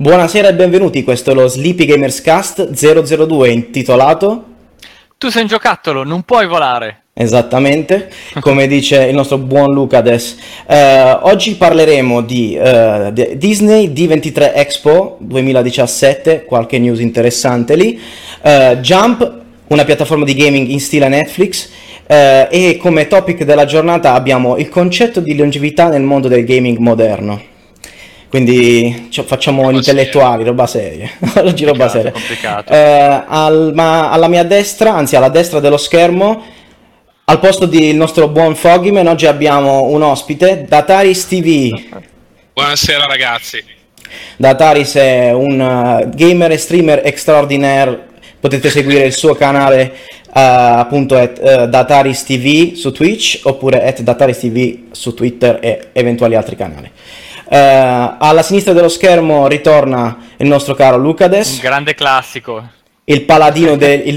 Buonasera e benvenuti, questo è lo Sleepy Gamers Cast 002 intitolato... Tu sei un giocattolo, non puoi volare. Esattamente, come dice il nostro buon Lucades. Oggi parleremo di Disney D23 Expo 2017, qualche news interessante lì, Jump, una piattaforma di gaming in stile Netflix, e come topic della giornata abbiamo il concetto di longevità nel mondo del gaming moderno. Quindi facciamo roba intellettuali, roba seria. Oggi roba seria. Complicato. Alla mia destra, anzi alla destra dello schermo, al posto del nostro buon Foggyman, oggi abbiamo un ospite, Dataris TV. Buonasera ragazzi. Dataris è un gamer e streamer extraordinaire. Potete seguire il suo canale appunto Dataris TV su Twitch oppure Dataris TV su Twitter e eventuali altri canali. Alla sinistra dello schermo ritorna il nostro caro Lucades, Un grande classico. il paladino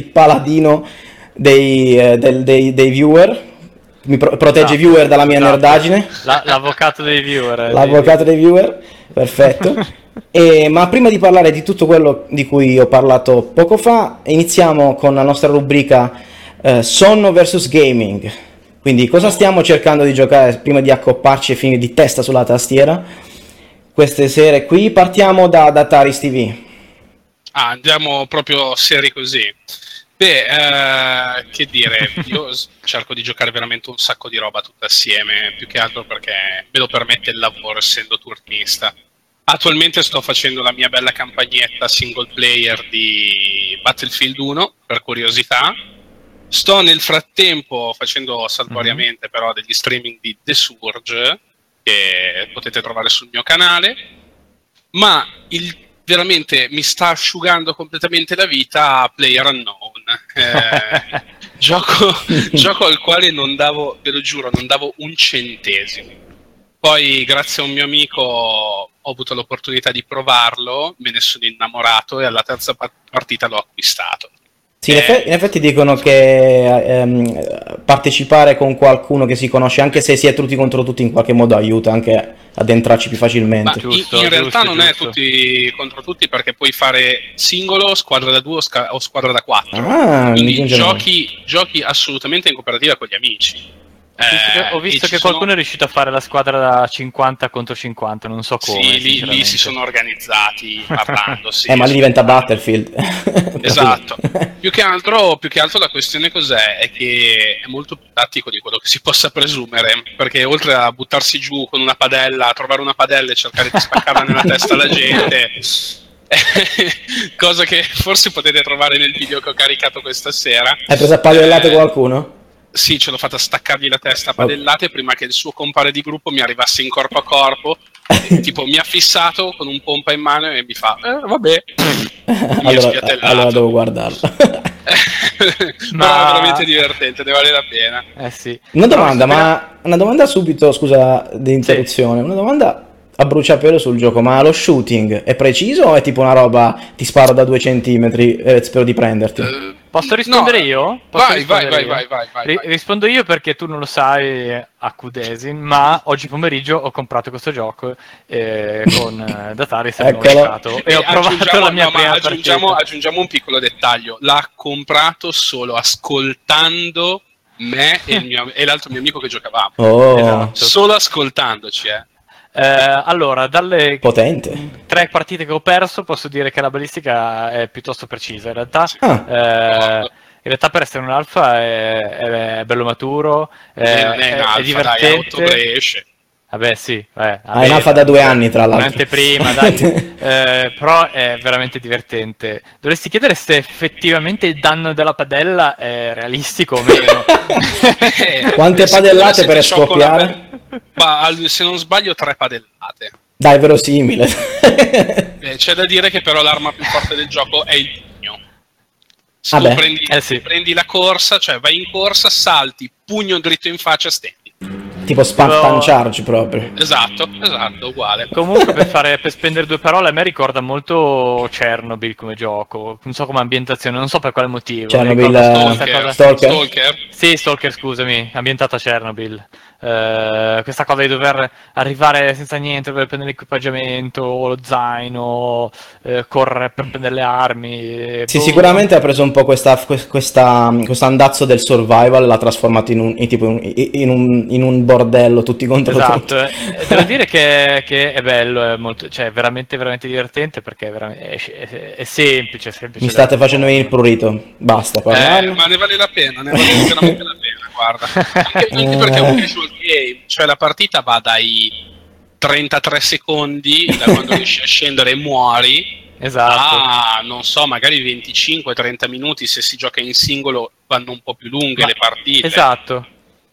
dei viewer. Mi protegge i viewer dalla mia nerdaggine. L'avvocato dei viewer. L'avvocato dei viewer, perfetto. Ma prima di parlare di tutto quello di cui ho parlato poco fa, iniziamo con la nostra rubrica sonno versus gaming. Quindi cosa stiamo cercando di giocare prima di accopparci e finire di testa sulla tastiera queste sere qui? Partiamo da Dataris TV. Andiamo proprio seri così. Beh, che dire, io cerco di giocare veramente un sacco di roba tutta assieme, più che altro perché me lo permette il lavoro essendo turnista. Attualmente sto facendo la mia bella campagnetta single player di Battlefield 1, per curiosità. Sto nel frattempo facendo saltuariamente però degli streaming di The Surge, che potete trovare sul mio canale, ma veramente mi sta asciugando completamente la vita PlayerUnknown. Gioco al quale non davo, ve lo giuro, non davo un centesimo. Poi grazie a un mio amico ho avuto l'opportunità di provarlo, me ne sono innamorato e alla terza partita l'ho acquistato. Sì, in effetti dicono che partecipare con qualcuno che si conosce, anche se si è tutti contro tutti, in qualche modo aiuta anche ad entrarci più facilmente. Ma in realtà non è tutti contro tutti, perché puoi fare singolo, squadra da 2 o squadra da 4. Quindi giochi assolutamente in cooperativa con gli amici. Ho visto che qualcuno è riuscito a fare la squadra da 50 contro 50, non so come. Sì, lì si sono organizzati parlando. Sì, ma lì diventa Battlefield. Esatto. più che altro la questione cos'è? È che è molto più tattico di quello che si possa presumere, perché oltre a buttarsi giù con una padella, a trovare una padella e cercare di spaccarla nella testa alla gente, cosa che forse potete trovare nel video che ho caricato questa sera. Hai preso a padellate qualcuno? Sì, ce l'ho fatta staccargli la testa a padellate prima che il suo compare di gruppo mi arrivasse in corpo a corpo. Tipo mi ha fissato con un pompa in mano e mi fa vabbè. allora devo guardarlo. Ma è veramente divertente, ne vale la pena. Sì. Una domanda subito, scusa di interruzione. Sì. Una domanda a bruciapelo sul gioco, ma lo shooting è preciso o è tipo una roba ti sparo da 2 centimetri e spero di prenderti? Posso rispondere io? Vai. Rispondo io perché tu non lo sai a Kudesin, ma oggi pomeriggio ho comprato questo gioco con Dataris e ho provato la mia prima partita. Aggiungiamo un piccolo dettaglio: l'ha comprato solo ascoltando me e l'altro mio amico che giocavamo. Esatto. Solo ascoltandoci, allora, dalle potente 3 partite che ho perso, posso dire che la balistica è piuttosto precisa. In realtà, in realtà per essere un alfa è bello maturo, è divertente. Dai, a ottobre esce. Vabbè, sì. È un alfa da 2 anni, tra l'altro. Un'anteprima, dai. Però è veramente divertente. Dovresti chiedere se effettivamente il danno della padella è realistico o meno. Quante padellate per scoppiare? Ma se non sbaglio 3 padellate. Dai, verosimile. C'è da dire che però l'arma più forte del gioco è il pugno. Se tu prendi la corsa, cioè vai in corsa, salti, pugno dritto in faccia, stendi. Tipo Spartan Charge proprio. Esatto, uguale. Comunque per spendere due parole, a me ricorda molto Chernobyl come gioco, non so come ambientazione, non so per quale motivo. Chernobyl, Stalker? Sì, Stalker, scusami, ambientato a Chernobyl. Questa cosa di dover arrivare senza niente, dover prendere l'equipaggiamento, lo zaino, correre per prendere le armi. Sì, sicuramente ha preso un po' questo andazzo del survival, l'ha trasformato in un bordello tutti contro tutti. Esatto, devo dire che è bello, è molto, cioè veramente veramente divertente, perché è semplice. Mi state facendo venire il prurito, basta parlare. Ma ne vale la pena, ne vale veramente la pena. Guarda, anche perché è un visual game, cioè la partita va dai 33 secondi da quando riesci a scendere e muori, esatto, a non so, magari 25-30 minuti. Se si gioca in singolo vanno un po' più lunghe le partite. Esatto.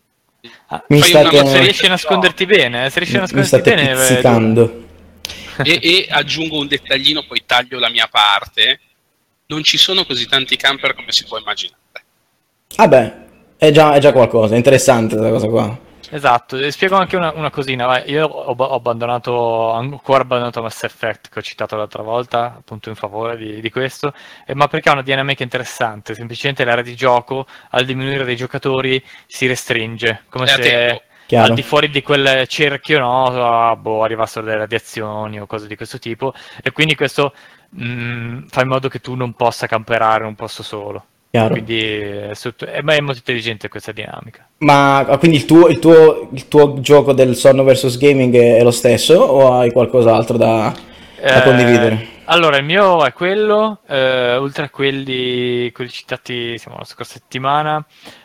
Se riesci a nasconderti bene, mi state pizzicando. E aggiungo un dettaglino, poi taglio la mia parte: non ci sono così tanti camper come si può immaginare. Vabbè, è già qualcosa, è interessante questa cosa qua. Esatto, e spiego anche una cosina. Io ho ancora abbandonato Mass Effect, che ho citato l'altra volta, appunto in favore di questo, ma perché ha una dinamica interessante. Semplicemente l'area di gioco, al diminuire dei giocatori, si restringe, come se al di fuori di quel cerchio, no, arrivassero delle radiazioni o cose di questo tipo, e quindi questo fa in modo che tu non possa camperare in un posto solo. Chiaro. Quindi è molto intelligente questa dinamica. Ma quindi il tuo gioco del sonno versus gaming è lo stesso, o hai qualcos'altro da condividere? Allora, il mio è quello, oltre a quelli citati la scorsa settimana.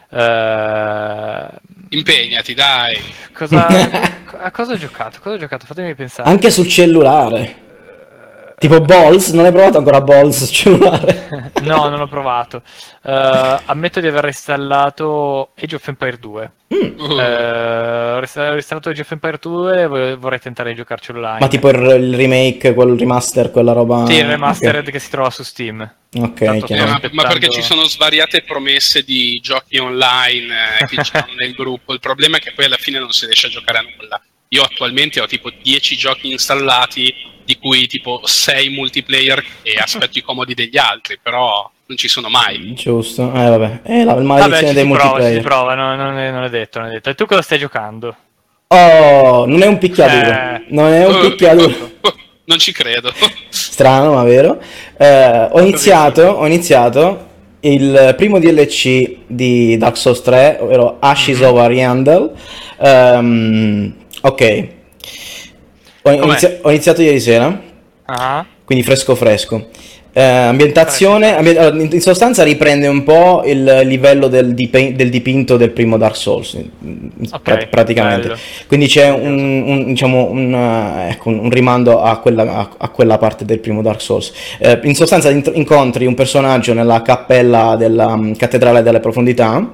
Impegnati, dai. A cosa ho giocato? Fatemi pensare. Anche sul cellulare. Tipo Balls? Non hai provato ancora Balls cellulare? No, non ho provato. Ammetto di aver installato Age of Empire 2. Ho installato Age of Empire 2 e vorrei tentare di giocarci online. Ma tipo il remake, quel remaster, quella roba? Sì, il remastered che si trova su Steam. Ok, ma perché ci sono svariate promesse di giochi online che c'hanno nel gruppo. Il problema è che poi alla fine non si riesce a giocare a nulla. Io attualmente ho tipo 10 giochi installati, di cui tipo 6 multiplayer, e aspetto i comodi degli altri, però non ci sono mai. Giusto, vabbè. La maledizione dei multiplayer. Si prova, non è detto. E tu cosa stai giocando? Oh, non è un picchiaduro. Non è un picchiaduro. Non ci credo. Strano, ma vero. Ho iniziato il primo DLC di Dark Souls 3, ovvero Ashes of Ariandel. Ok. Ho iniziato ieri sera, quindi fresco. Ambientazione, in sostanza riprende un po' il livello del dipinto del primo Dark Souls, praticamente. Bello. Quindi c'è un rimando a quella parte del primo Dark Souls. In sostanza incontri un personaggio nella cappella della Cattedrale delle Profondità,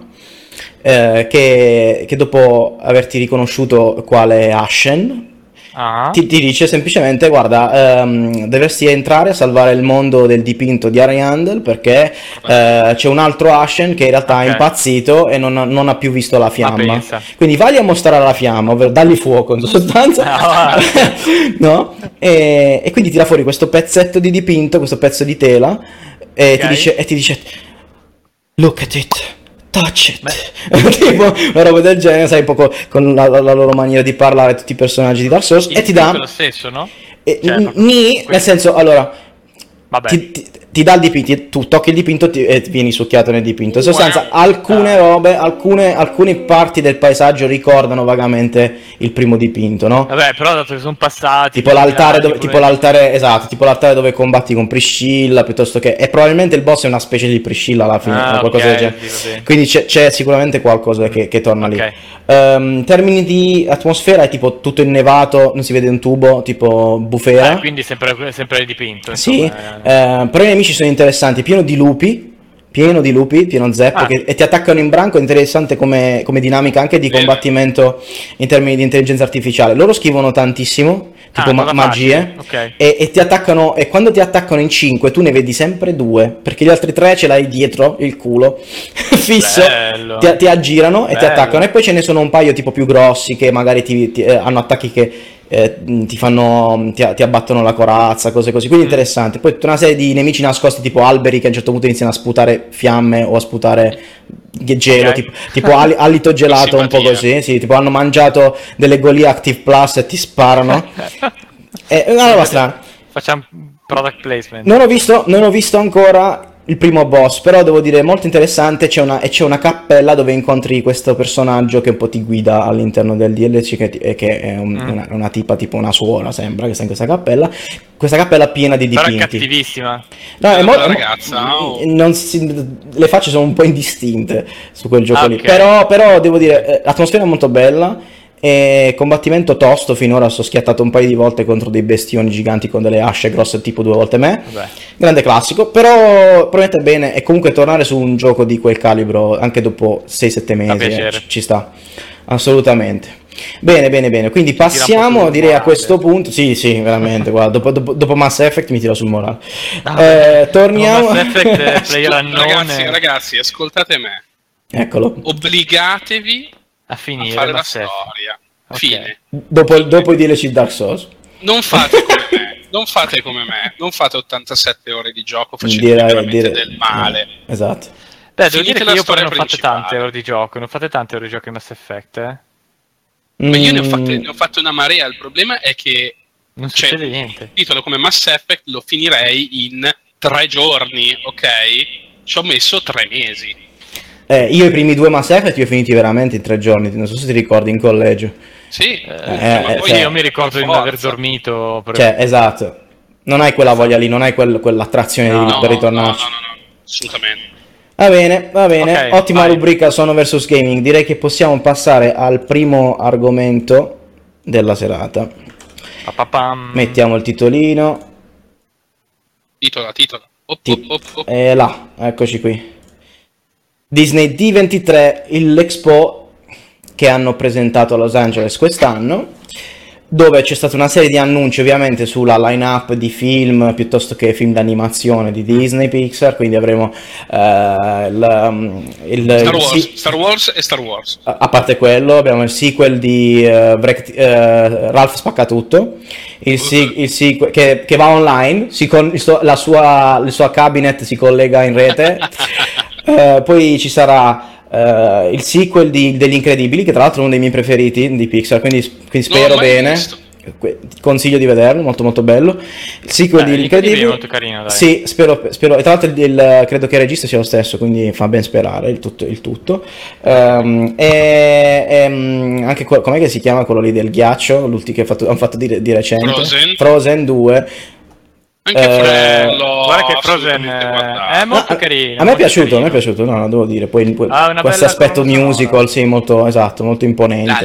che dopo averti riconosciuto quale Ashen, ti dice semplicemente: guarda, dovresti entrare a salvare il mondo del dipinto di Ariandel, perché c'è un altro Ashen che in realtà è impazzito e non ha più visto la fiamma. Quindi vai a mostrare la fiamma, ovvero dagli fuoco in sostanza. No? E quindi tira fuori questo pezzetto di dipinto, questo pezzo di tela, e ti dice look at it, touch it. Tipo una roba del genere, sai, un po' con la loro maniera di parlare, tutti i personaggi di Dark Souls. E ti dà lo stesso, no? Nel senso, allora, ti dà il dipinto, tu tocchi il dipinto e vieni succhiato nel dipinto. In sostanza, alcune robe, alcune parti del paesaggio ricordano vagamente il primo dipinto, no? Vabbè, però dato che sono passati, tipo l'altare dove combatti con Priscilla, piuttosto che, e probabilmente il boss è una specie di Priscilla alla fine, qualcosa del genere. Sì. Quindi c'è sicuramente qualcosa che torna lì. In termini di atmosfera è tipo tutto innevato, non si vede un tubo, tipo bufera. Quindi sempre dipinto. Sì, però i nemici sono interessanti, pieno di lupi, pieno zeppo, e ti attaccano in branco. È interessante come dinamica anche di combattimento in termini di intelligenza artificiale. Loro scrivono tantissimo, tipo magie, okay. e ti attaccano, e quando ti attaccano in 5 tu ne vedi sempre 2, perché gli altri 3 ce l'hai dietro il culo fisso, ti aggirano e ti attaccano, e poi ce ne sono un paio tipo più grossi che magari hanno attacchi che ti abbattono la corazza, cose così, quindi interessante. Poi tutta una serie di nemici nascosti tipo alberi che a un certo punto iniziano a sputare fiamme o a sputare gelo, tipo alito gelato, un po' così, sì, tipo hanno mangiato delle Goliath Active Plus e ti sparano. Una roba strana. Facciamo product placement. Non ho visto ancora il primo boss, però devo dire molto interessante. C'è una cappella dove incontri questo personaggio che un po' ti guida all'interno del DLC, che è una tipa, tipo una suora, sembra, che sta in questa cappella piena di dipinti. Però è cattivissima. No, è molto ragazza, le facce sono un po' indistinte su quel gioco lì, però devo dire l'atmosfera è molto bella. E combattimento tosto, finora sto schiattato un paio di volte contro dei bestioni giganti con delle asce grosse tipo 2 volte me. Vabbè. Grande classico, però promette bene, e comunque tornare su un gioco di quel calibro anche dopo 6-7 mesi ci sta, assolutamente. Bene, quindi passiamo, direi, a questo punto. Sì, veramente, guarda, dopo Mass Effect mi tiro sul morale. Torniamo. Mass Effect, ragazzi, ascoltate me. Eccolo. Obbligatevi a finire a fare la Mass Effect. storia. Okay. Fine. Dopo i DLC Dark Souls. Non fate come me, non fate 87 ore di gioco facendo veramente del male. Esatto. Beh, devo dire che io poi non fate tante ore di gioco, non fate tante ore di gioco in Mass Effect, Ma io ne ho fatte una marea, il problema è che non succede niente. Il titolo come Mass Effect lo finirei in 3 giorni, ok? Ci ho messo 3 mesi. Io i primi 2 Mass Effect li ho finiti veramente in 3 giorni, non so se ti ricordi, in collegio. Sì, ma poi io mi ricordo di non aver dormito. Esatto, non hai quella voglia lì, non hai quell'attrazione per ritornarci. No, assolutamente. Va bene, Okay, ottima vai. rubrica Sono vs Gaming, direi che possiamo passare al primo argomento della serata. Mettiamo il titolino. Titola. Là, eccoci qui. Disney D23, l'Expo che hanno presentato a Los Angeles quest'anno, dove c'è stata una serie di annunci ovviamente sulla line-up di film piuttosto che film d'animazione di Disney Pixar, quindi avremo Star Wars. A parte quello, abbiamo il sequel di Ralph Spaccatutto, il sequel che va online, il sua cabinet si collega in rete. Poi ci sarà il sequel degli Incredibili, che tra l'altro è uno dei miei preferiti di Pixar, quindi spero bene. Consiglio di vederlo, molto molto bello. Il sequel di Incredibili è molto carino, dai. Sì, spero. E tra l'altro credo che il regista sia lo stesso, quindi fa ben sperare il tutto. Anche com'è che si chiama quello lì del ghiaccio, l'ultimo che hanno fatto di recente? Frozen 2. Anche quello, guarda che Frozen è molto carino. A me è piaciuto, no, devo dire. Poi questo aspetto musical, sì, molto imponente.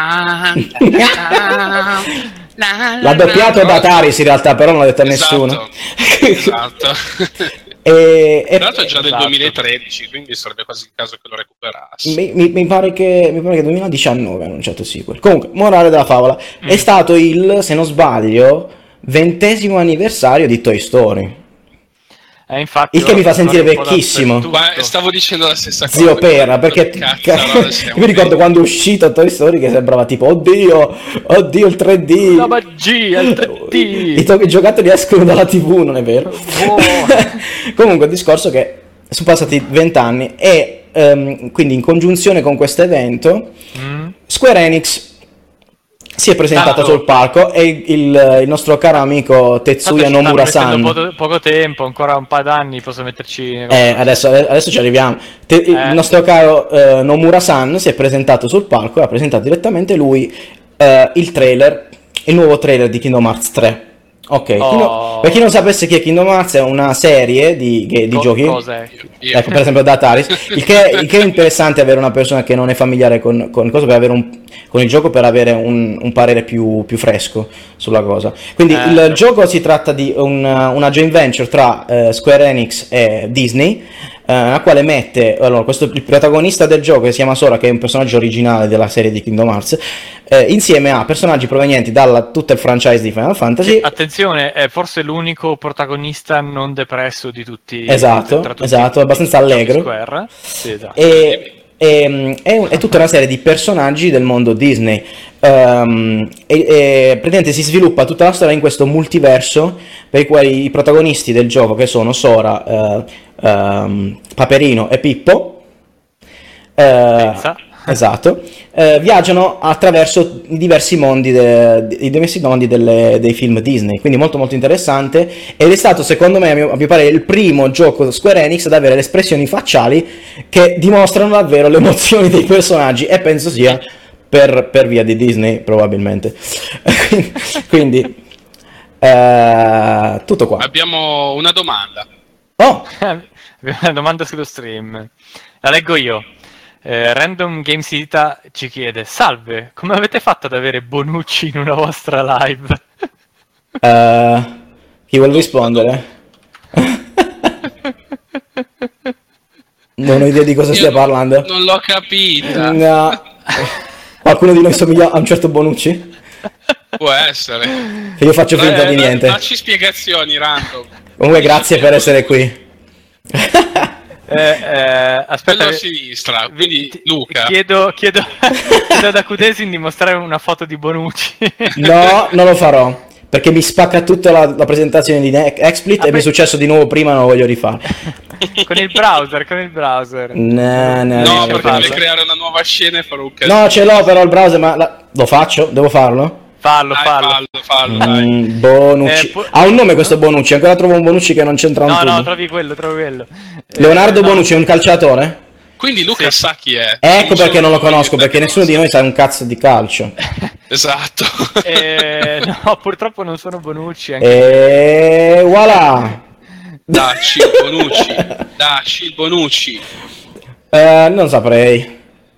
L'ha doppiato da Taris in realtà, però non l'ha detto a nessuno. Esatto. Tra l'altro è già del 2013, quindi sarebbe quasi il caso che lo recuperassi. Mi pare che 2019 ha annunciato il sequel. Comunque, morale della favola, è stato se non sbaglio, 20° anniversario di Toy Story. Infatti, il che mi fa sentire vecchissimo. Stavo dicendo la stessa cosa. Zio Pera, perché mi ricordo quando è uscito Toy Story che sembrava tipo oddio il 3D. La magia, il 3D. I giocattoli escono dalla TV, non è vero? Comunque il discorso è che sono passati 20 anni e quindi in congiunzione con questo evento Square Enix si è presentato sul palco e il nostro caro amico Tetsuya Nomura-san. Poco tempo, ancora un paio d'anni posso metterci. Adesso ci arriviamo. Il nostro caro Nomura-san si è presentato sul palco e ha presentato direttamente lui il nuovo trailer di Kingdom Hearts 3. Ok, per chi non sapesse chi è Kingdom Hearts, è una serie di giochi. Cos'è? Ecco, per esempio da Ataris. Il che è interessante avere una persona che non è familiare con cosa, per avere con il gioco, per avere un parere più fresco sulla cosa. Quindi il gioco si tratta di una joint venture tra Square Enix e Disney, la quale mette il protagonista del gioco, che si chiama Sora, che è un personaggio originale della serie di Kingdom Hearts, insieme a personaggi provenienti da tutto il franchise di Final Fantasy. Attenzione, è forse l'unico protagonista non depresso di tutti. Esatto, abbastanza allegro. Sì, esatto. È tutta una serie di personaggi del mondo Disney. Praticamente si sviluppa tutta la storia in questo multiverso, per i quali i protagonisti del gioco, che sono Sora, Paperino e Pippo, esatto, viaggiano attraverso i diversi mondi, dei film Disney, quindi molto molto interessante, ed è stato, secondo me, a mio parere, il primo gioco Square Enix ad avere le espressioni facciali che dimostrano davvero le emozioni dei personaggi, e penso sia per via di Disney, probabilmente. Quindi tutto qua. Abbiamo una domanda. Abbiamo una domanda sullo stream, la leggo io. Random Games Ita ci chiede: salve, come avete fatto ad avere Bonucci in una vostra live? Chi vuole rispondere? Non ho idea di cosa stia parlando. Non l'ho capita. No. Qualcuno di noi somiglia a un certo Bonucci? Può essere. Che io faccio finta di niente. Dacci spiegazioni random. Comunque grazie per essere qui. Aspetta, a sinistra, quindi Luca. Chiedo ad Akudesin di mostrare una foto di Bonucci. No, non lo farò, perché mi spacca tutta la presentazione di XSplit, e mi è successo di nuovo prima, non lo voglio rifare. Con il browser. No, perché devi creare una nuova scena e fare un casino. No, ce l'ho però il browser, ma lo faccio? Devo farlo? Fallo. Dai. Bonucci. Ha un nome questo Bonucci, ancora trovo un Bonucci che non c'entra un tubo. No, trovi quello. Leonardo Bonucci è un calciatore? Quindi Luca sa chi è. Ecco perché non lo conosco, perché nessuno di noi sa un cazzo di calcio. Esatto. No, purtroppo non sono Bonucci. E voilà. Dacci il Bonucci. Non saprei.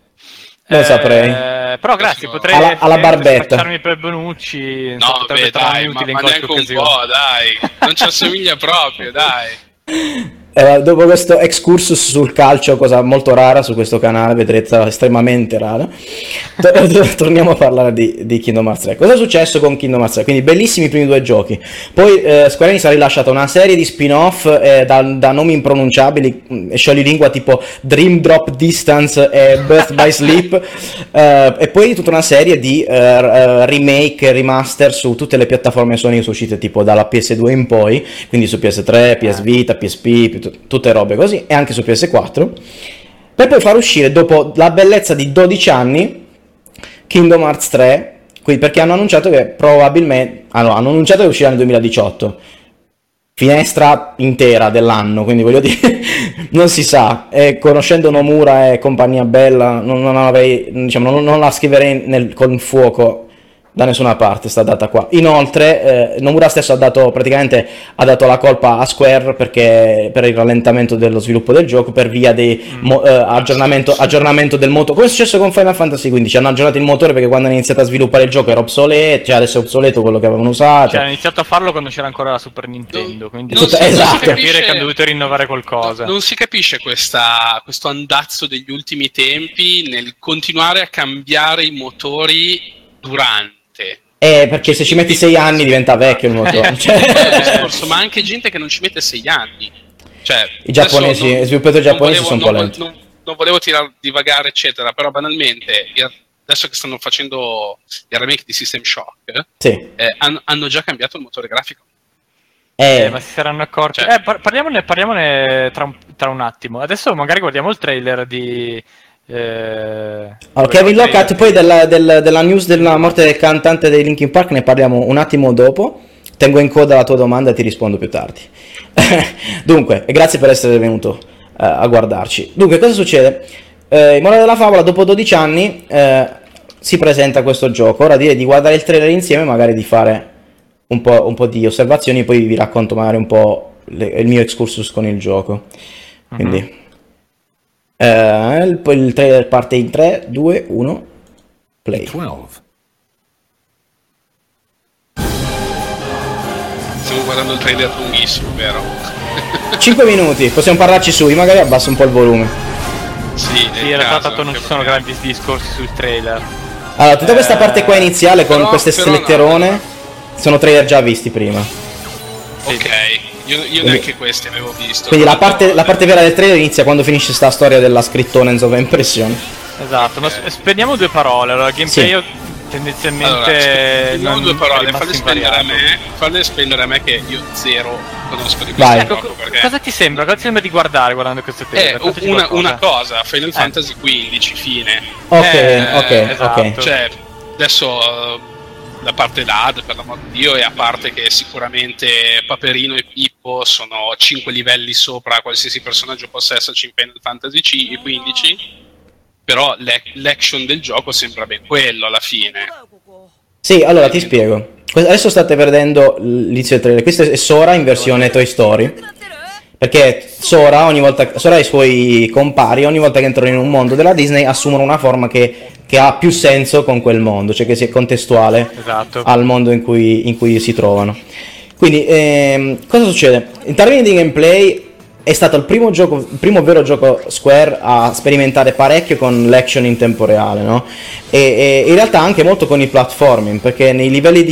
Però grazie, potrei alla barbetta facciarmi per Bonucci. No, dai, ma neanche un po', dai. Non ci assomiglia proprio, dai. Dopo questo excursus sul calcio, cosa molto rara su questo canale, vedrete, estremamente rara, torniamo a parlare di Kingdom Hearts 3. Cosa è successo con Kingdom Hearts 3? Quindi bellissimi i primi due giochi, poi Square Enix ha rilasciato una serie di spin-off da nomi impronunciabili, scioglilingua tipo Dream Drop Distance e Birth by Sleep, e poi tutta una serie di remake, remaster su tutte le piattaforme Sony che sono uscite tipo dalla PS2 in poi, quindi su PS3, PS Vita, PSP, tutte robe così, e anche su PS4, per poi far uscire, dopo la bellezza di 12 anni, Kingdom Hearts 3, perché hanno annunciato che probabilmente hanno annunciato che uscirà nel 2018, finestra intera dell'anno, quindi voglio dire non si sa, e conoscendo Nomura e compagnia bella non avrei, diciamo, non la scriverei con fuoco da nessuna parte sta data qua. Inoltre Nomura stesso ha dato la colpa a Square perché per il rallentamento dello sviluppo del gioco per via di aggiornamento del motore, come è successo con Final Fantasy XV. Hanno aggiornato il motore perché quando hanno iniziato a sviluppare il gioco era obsoleto, cioè adesso è obsoleto quello che avevano usato, hanno iniziato a farlo quando c'era ancora la Super Nintendo, quindi esatto, capire che hanno dovuto rinnovare qualcosa. Non si capisce questo andazzo degli ultimi tempi nel continuare a cambiare i motori durante. Perché se ci metti 6 anni diventa vecchio il motore. Ma anche gente che non ci mette 6 anni. Cioè, i giapponesi, i sviluppatori giapponesi sono un po' lenti. Non volevo divagare, eccetera, però banalmente, adesso che stanno facendo il remake di System Shock, sì, hanno già cambiato il motore grafico. Ma si saranno accorti. Cioè, parliamone tra un attimo. Adesso magari guardiamo il trailer di... Kevin Lockhart, poi della news della morte del cantante dei Linkin Park ne parliamo un attimo dopo. Tengo in coda la tua domanda e ti rispondo più tardi. Dunque, grazie per essere venuto a guardarci. Dunque, cosa succede? In morale della favola, dopo 12 anni si presenta questo gioco. Ora direi di guardare il trailer insieme, magari di fare un po' di osservazioni, e poi vi racconto magari un po' il mio excursus con il gioco. Quindi poi il trailer parte in 3, 2, 1, play. 12. Stiamo guardando il trailer lunghissimo, vero? 5 minuti, possiamo parlarci su, io magari abbasso un po' il volume. Sì, in realtà tanto non ci sono grandi discorsi sul trailer. Allora, tutta questa parte qua iniziale con queste letterone sono trailer già visti prima. Ok, io neanche questi avevo visto. Quindi la parte vera del trailer inizia quando finisce sta storia della scrittona in sovraimpressione. Esatto, ma spendiamo due parole. Allora, gameplay io tendenzialmente non due parole, falle spendere a me che io zero conosco di questo gioco. Perché... Cosa ti sembra? Cosa ti sembra di guardare guardando questo trailer? Una cosa, Final Fantasy XV, fine. Ok. Esatto. Cioè, adesso la parte LAD, per l'amor di Dio, e a parte che sicuramente Paperino e Pippo sono 5 livelli sopra qualsiasi personaggio possa esserci in Final Fantasy XV, però l'action del gioco sembra ben quello alla fine. Sì, allora ti spiego. Adesso state vedendo l'inizio del trailer. Questo è Sora in versione Toy Story. Perché Sora e i suoi compari, ogni volta che entrano in un mondo della Disney, assumono una forma che ha più senso con quel mondo, cioè che sia contestuale al mondo in cui si trovano. Quindi, cosa succede? In termini di gameplay è stato il primo vero gioco Square a sperimentare parecchio con l'action in tempo reale, no? E in realtà anche molto con il platforming, perché nei livelli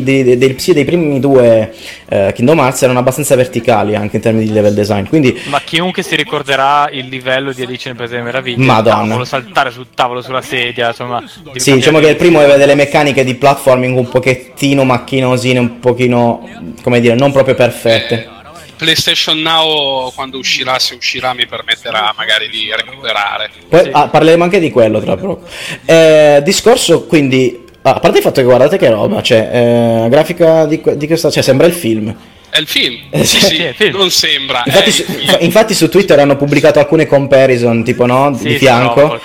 dei primi due Kingdom Hearts erano abbastanza verticali anche in termini di level design. Quindi, ma chiunque si ricorderà il livello di Alice nel Paese delle Meraviglie, Madonna, saltare sul tavolo, sulla sedia, insomma. Sì, diciamo che il primo aveva delle meccaniche di platforming un pochettino macchinosine, un pochino, come dire, non proprio perfette. PlayStation Now, quando uscirà, se uscirà, mi permetterà magari di recuperare. Poi parleremo anche di quello tra poco. Discorso quindi, a parte il fatto che guardate che roba, cioè grafica di questa, cioè sembra il film. È il film? Sì, non sembra. Infatti su Twitter hanno pubblicato alcune comparison, tipo di fianco,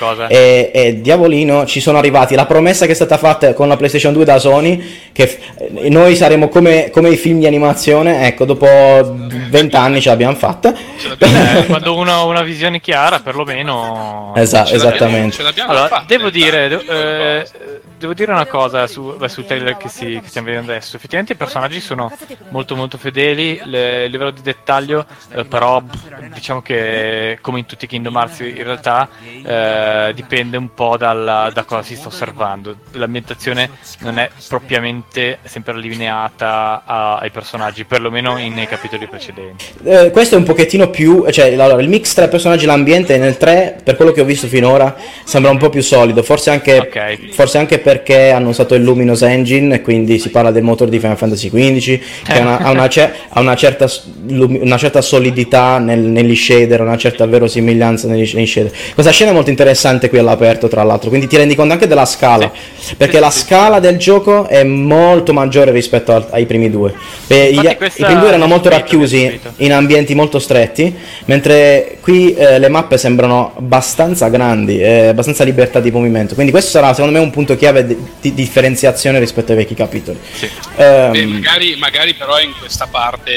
e diavolino, ci sono arrivati. La promessa che è stata fatta con la PlayStation 2 da Sony, che noi saremo come i film di animazione, ecco, dopo 20 anni ce l'abbiamo fatta. Quando uno ha una visione chiara, perlomeno. Esattamente. Allora, devo dire una cosa sul trailer che stiamo vedendo adesso. Effettivamente i personaggi sono molto molto fedeli, il livello di dettaglio però diciamo che come in tutti i Kingdom Hearts in realtà dipende un po' da cosa si sta osservando. L'ambientazione non è propriamente sempre allineata ai personaggi, perlomeno nei capitoli precedenti. Questo è un pochettino più, cioè allora, il mix tra i personaggi e l'ambiente nel 3, per quello che ho visto finora, sembra un po' più solido, forse anche perché hanno usato il Luminous Engine e quindi si parla del motore di Final Fantasy XV, che ha una certa solidità negli shader, una certa verosimiglianza negli shader. Questa scena è molto interessante qui all'aperto, tra l'altro, quindi ti rendi conto anche della scala, perché la scala del gioco è molto maggiore rispetto ai primi due. I primi due erano molto racchiusi in ambienti molto stretti, mentre qui le mappe sembrano abbastanza grandi, abbastanza libertà di movimento, quindi questo sarà secondo me un punto chiave di differenziazione rispetto ai vecchi capitoli. Magari però in questa parte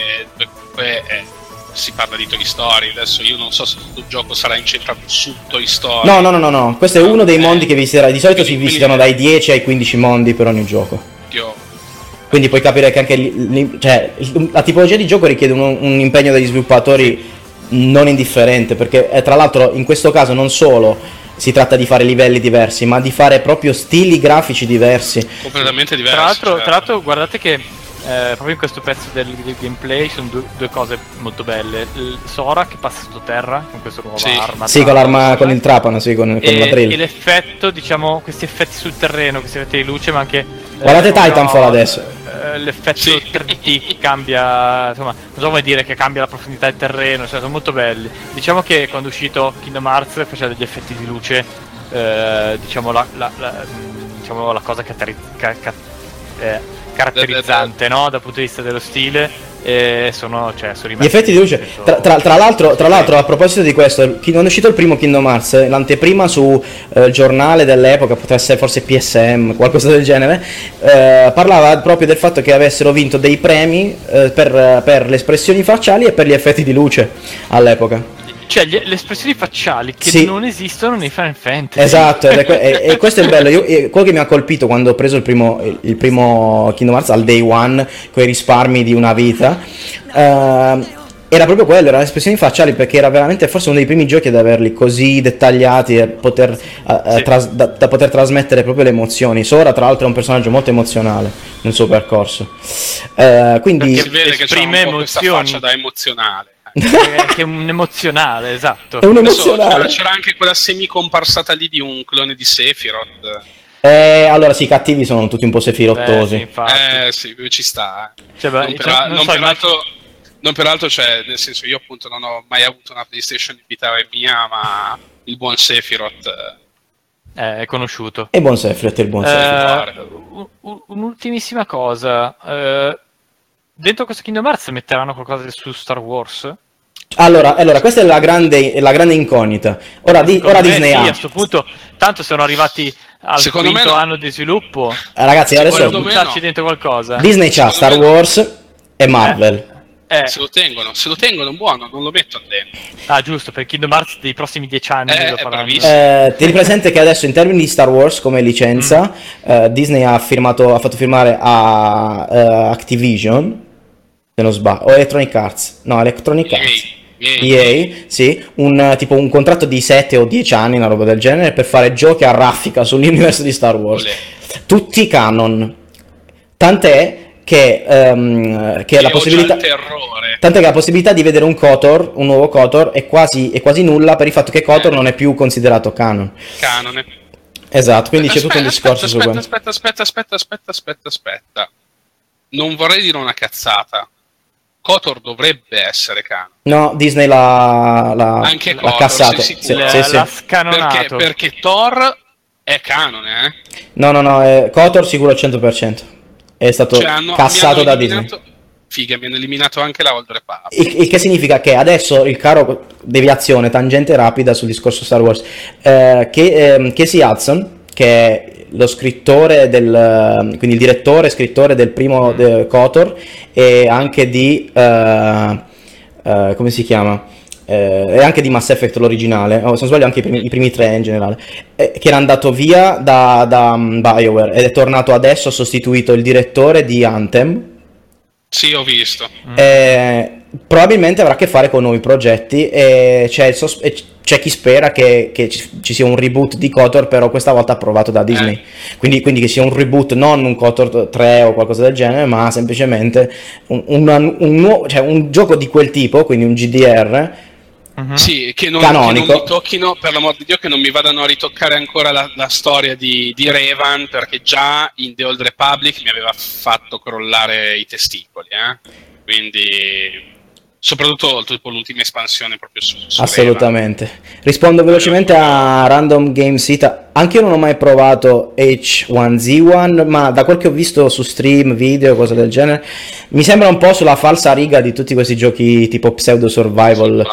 si parla di Toy Story. Adesso io non so se tutto il gioco sarà incentrato su Toy Story. No, questo è uno dei mondi che visiterai. Di solito si visitano dai 10 ai 15 mondi per ogni gioco. Quindi puoi capire che anche la tipologia di gioco richiede un impegno degli sviluppatori non indifferente, perché tra l'altro in questo caso non solo si tratta di fare livelli diversi, ma di fare proprio stili grafici diversi, completamente diversi. Tra l'altro guardate che proprio in questo pezzo del gameplay sono due cose molto belle. Sora che passa sottoterra con questa nuova arma. Sì, con l'arma, con il trapano, con la drill. E l'effetto, diciamo, questi effetti sul terreno, questi effetti di luce, ma anche guardate Titanfall adesso. L'effetto 3D che cambia, insomma, non so come dire, che cambia la profondità del terreno, cioè sono molto belli. Diciamo che quando è uscito Kingdom Hearts faceva degli effetti di luce, diciamo la cosa caratterizzante, no? Dal punto di vista dello stile. Sono rimasti. Gli effetti di luce. Tra l'altro, a proposito di questo, quando è uscito il primo Kingdom Hearts, l'anteprima su giornale dell'epoca, poteva essere forse PSM, qualcosa del genere, parlava proprio del fatto che avessero vinto dei premi per le espressioni facciali e per gli effetti di luce all'epoca. Cioè le espressioni facciali che non esistono nei Final Fantasy. Esatto, e questo è il bello. Quello che mi ha colpito quando ho preso il primo Kingdom Hearts al day one, con i risparmi di una vita, Era proprio quello, erano le espressioni facciali, perché era veramente forse uno dei primi giochi ad averli così dettagliati e poter, da poter trasmettere proprio le emozioni. Sora tra l'altro è un personaggio molto emozionale nel suo percorso, quindi si vede che c'ha un po' questa faccia da emozionale. Che è un emozionale, esatto. È un emozionale. C'era anche quella semi-comparsata lì di un clone di Sephiroth. Allora sì, i cattivi sono tutti un po' sefirottosi. Sì, ci sta. Cioè, Non peraltro, cioè, nel senso, io appunto non ho mai avuto una PlayStation in vita mia, ma il buon Sephiroth è conosciuto. E buon Sephiroth, il buon Sephiroth. Un'ultimissima cosa. Dentro questo Kingdom Hearts metteranno qualcosa su Star Wars? Allora, questa è la grande incognita. Ora Disney ha. A questo punto, tanto sono arrivati al quinto anno di sviluppo. Ragazzi, adesso buttarci dentro qualcosa. Disney c'ha Star Wars e Marvel. Se lo tengono buono, non lo mettono dentro. Ah, giusto, per Kingdom Hearts dei prossimi 10 anni lo faranno. Tieni presente che adesso in termini di Star Wars come licenza, Disney ha fatto firmare a Activision, se non sbaglio, o Electronic Arts, EA, sì, un contratto di 7 o 10 anni, una roba del genere, per fare giochi a raffica sull'universo di Star Wars. Tutti canon. Tant'è che la possibilità di vedere un nuovo KOTOR è quasi nulla, per il fatto che KOTOR non è più considerato canone. Esatto, quindi c'è tutto un discorso su quello. Aspetta. Non vorrei dire una cazzata. KOTOR dovrebbe essere canone. No, Disney l'ha cassato. L'ha scanonato. Perché Thor è canone, No, KOTOR sicuro al 100%. È stato cassato da Disney. Figa, mi hanno eliminato anche la Old Republic. Il che significa che adesso il caro deviazione, tangente rapida sul discorso Star Wars, Casey Hudson, che è lo scrittore quindi il direttore e scrittore del primo KOTOR e anche di come si chiama? E anche di Mass Effect l'originale, se non sbaglio anche i primi 3 in generale, che era andato via da BioWare ed è tornato adesso, ha sostituito il direttore di Anthem. Sì, ho visto. Probabilmente avrà a che fare con nuovi progetti e c'è chi spera che ci sia un reboot di KOTOR, però questa volta approvato da Disney. Quindi che sia un reboot, non un KOTOR 3 o qualcosa del genere, ma semplicemente un gioco di quel tipo, quindi un GDR. Sì, che non mi tocchino, per l'amor di Dio, che non mi vadano a ritoccare ancora la storia di Revan, perché già in The Old Republic mi aveva fatto crollare i testicoli, quindi soprattutto tipo l'ultima espansione proprio su assolutamente Revan. Rispondo velocemente a Random Game Sita. Anche io non ho mai provato H1Z1, ma da quel che ho visto su stream, video, cose del genere, mi sembra un po' sulla falsa riga di tutti questi giochi tipo pseudo survival.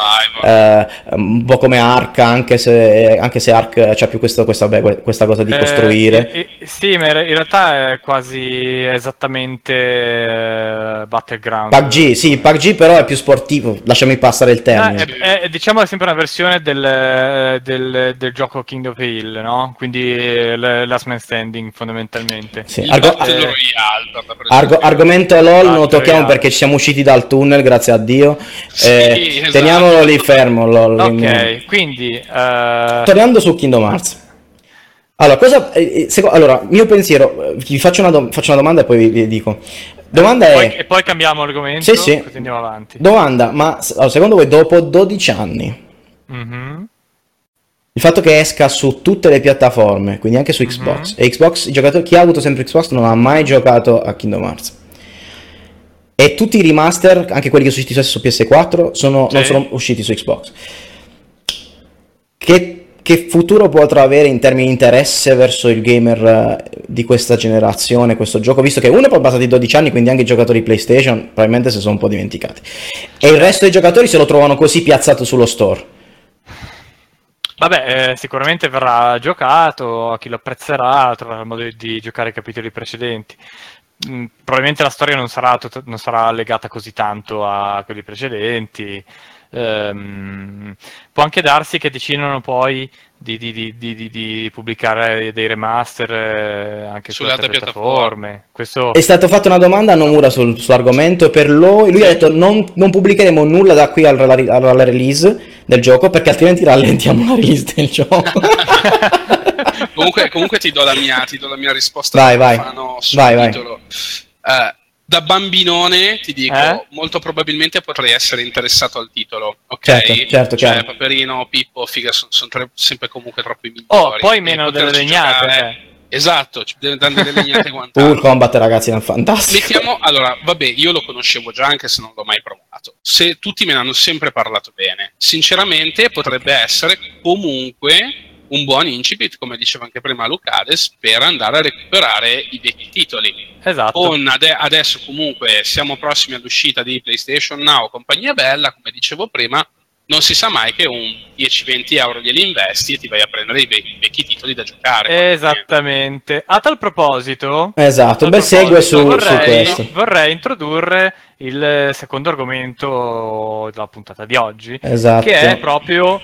Un po' come Ark, anche se Ark c'ha più questa cosa di costruire. Sì, ma in realtà è quasi esattamente Battleground. PUBG però è più sportivo, lasciami passare il termine. Diciamo è sempre una versione del gioco King of the Hill, no? Quindi Last Man Standing fondamentalmente. Sì. Argomento LOL non lo tocchiamo perché ci siamo usciti dal tunnel, grazie a Dio. Esatto. Teniamolo lì fermo LOL. Ok, quindi tornando su Kingdom Hearts. Allora, mio pensiero, vi faccio una domanda e poi vi dico. E poi cambiamo argomento. Sì. Così andiamo avanti. Domanda, ma secondo voi dopo 12 anni il fatto che esca su tutte le piattaforme, quindi anche su Xbox, e Xbox, chi ha avuto sempre Xbox non ha mai giocato a Kingdom Hearts, e tutti i remaster, anche quelli che sono usciti su PS4, non sono usciti su Xbox, che futuro potrà avere in termini di interesse verso il gamer di questa generazione questo gioco, visto che uno è passato di 12 anni, quindi anche i giocatori PlayStation probabilmente si sono un po' dimenticati, e il resto dei giocatori se lo trovano così piazzato sullo store? Vabbè, sicuramente verrà giocato, a chi lo apprezzerà troverà il modo di giocare i capitoli precedenti. Probabilmente la storia non sarà legata così tanto a quelli precedenti. Può anche darsi che decidano poi di pubblicare dei remaster anche sulle altre piattaforme. Questo... È stato fatto una domanda a Nomura sull'argomento, per lui ha detto non pubblicheremo nulla da qui alla release del gioco, perché altrimenti rallentiamo la release del gioco. comunque ti do la mia risposta. Vai. Da bambinone ti dico, molto probabilmente potrei essere interessato al titolo, ok? Certo. Cioè, Paperino, Pippo, Figa sono sempre comunque troppo i migliori. Poi meno delle legnate. Esatto, ci danno delle legnate quanto. Il combat, ragazzi, è fantastico. Allora, vabbè, io lo conoscevo già anche se non l'ho mai provato. Se tutti me ne hanno sempre parlato bene, sinceramente potrebbe essere comunque un buon incipit, come diceva anche prima Lucades, per andare a recuperare i vecchi titoli. Esatto. Adesso comunque siamo prossimi all'uscita di PlayStation Now, compagnia bella, come dicevo prima, non si sa mai che un 10-20 euro glieli investi e ti vai a prendere i vecchi titoli da giocare. Esattamente. A tal proposito, segue su questo. Vorrei introdurre il secondo argomento della puntata di oggi, esatto, che è proprio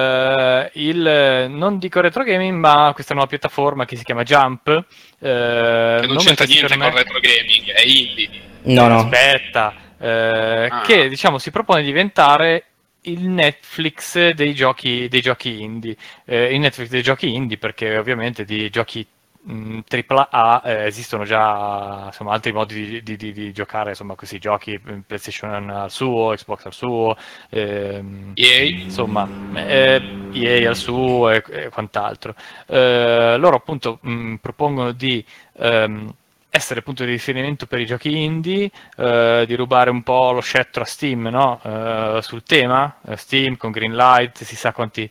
non dico retro gaming, ma questa nuova piattaforma che si chiama Jump. Che non c'entra niente con retro gaming, è indie. No. Aspetta, che diciamo si propone di diventare il Netflix dei giochi indie. Il Netflix dei giochi indie, perché ovviamente di giochi AAA esistono già, insomma, altri modi di giocare, insomma, questi giochi, PlayStation al suo, Xbox al suo, insomma, EA al suo e quant'altro. Loro appunto propongono di essere punto di riferimento per i giochi indie, di rubare un po' lo scettro a Steam, no? Sul tema Steam con Greenlight, si sa quanto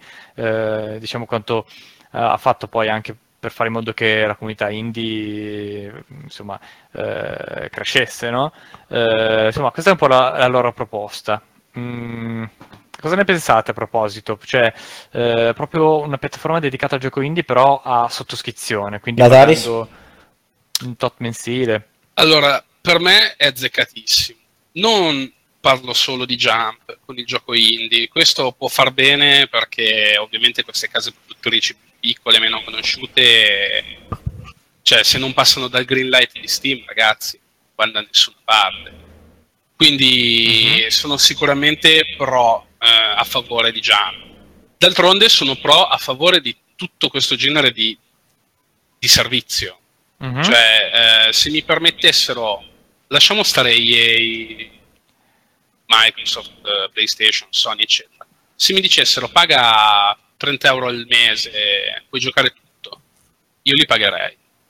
ha fatto poi anche per fare in modo che la comunità indie, insomma, crescesse, no? Insomma, questa è un po' la loro proposta. Cosa ne pensate a proposito? Cioè, proprio una piattaforma dedicata al gioco indie, però a sottoscrizione, quindi pagando un tot mensile. Allora, per me è azzeccatissimo. Non parlo solo di Jump con il gioco indie. Questo può far bene perché ovviamente queste case produttrici piccole, meno conosciute, cioè se non passano dal greenlight di Steam, ragazzi, non vanno da nessuna parte. Quindi sono sicuramente pro a favore di Jump. D'altronde sono pro a favore di tutto questo genere di servizio. Cioè, se mi permettessero, lasciamo stare EA, Microsoft, PlayStation, Sony, eccetera. Se mi dicessero paga 30 euro al mese, puoi giocare tutto, io li pagherei.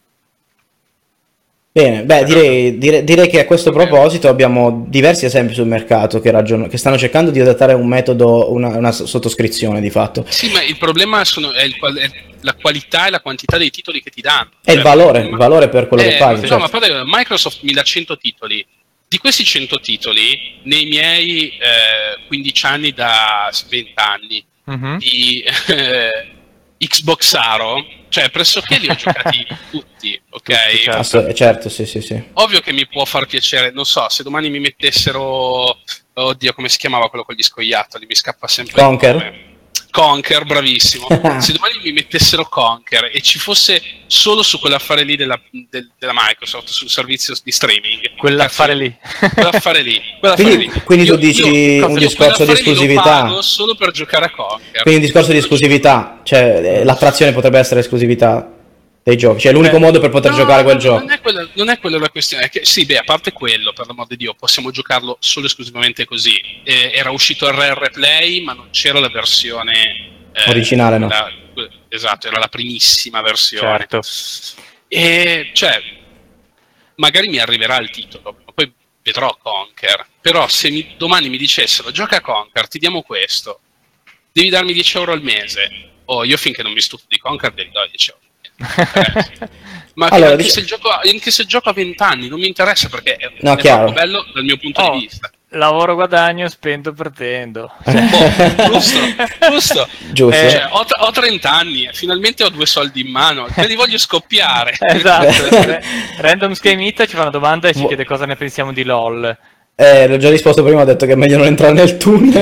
Bene, direi che a questo proposito abbiamo diversi esempi sul mercato che stanno cercando di adattare un metodo, una sottoscrizione di fatto. Sì, ma il problema è la qualità e la quantità dei titoli che ti danno. È il valore per quello che paghi. No, certo. Ma Microsoft mi dà 100 titoli. Di questi 100 titoli, nei miei 15 anni da 20 anni di Xbox Aro, cioè pressoché li ho giocati tutti, ok? Certo, sì. Ovvio che mi può far piacere, non so, se domani mi mettessero, oddio, come si chiamava quello con gli scoiattoli, mi scappa sempre Conker, bravissimo. Se domani mi mettessero Conker e ci fosse solo su quell'affare lì della Microsoft, sul servizio di streaming, quell'affare lì. Quindi tu dici un discorso di esclusività. Lo pago solo per giocare a Conker. Quindi un discorso di esclusività, cioè l'attrazione potrebbe essere esclusività dei giochi, cioè l'unico modo per poter giocare quel gioco. Non è quella la questione, è che, sì, a parte quello, per l'amor di Dio, possiamo giocarlo solo esclusivamente così. Era uscito il Rare Replay, ma non c'era la versione originale, no? Esatto, era la primissima versione. Certo. E cioè, magari mi arriverà il titolo, poi vedrò Conker. Però se domani mi dicessero gioca a Conker, ti diamo questo, devi darmi 10 euro al mese, io finché non mi stufo di Conker devi dare 10 euro. Ma allora, anche se gioco a 20 anni non mi interessa, perché è troppo bello dal mio punto di vista. Lavoro, guadagno, spendo, pretendo. Giusto. Cioè, ho 30 anni, finalmente ho 2 soldi in mano, me li voglio scoppiare. Esatto. Random Game It ci fa una domanda e ci chiede cosa ne pensiamo di LOL. L'ho già risposto prima, ho detto che è meglio non entrare nel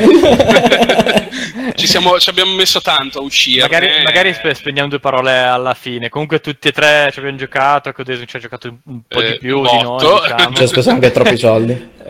tunnel. Ci abbiamo messo tanto a uscire. Magari spendiamo 2 parole alla fine. Comunque tutti e 3 ci abbiamo giocato, ecco, Desu ci ha giocato un po' di più di noi, diciamo. Ci ha speso anche troppi soldi. Io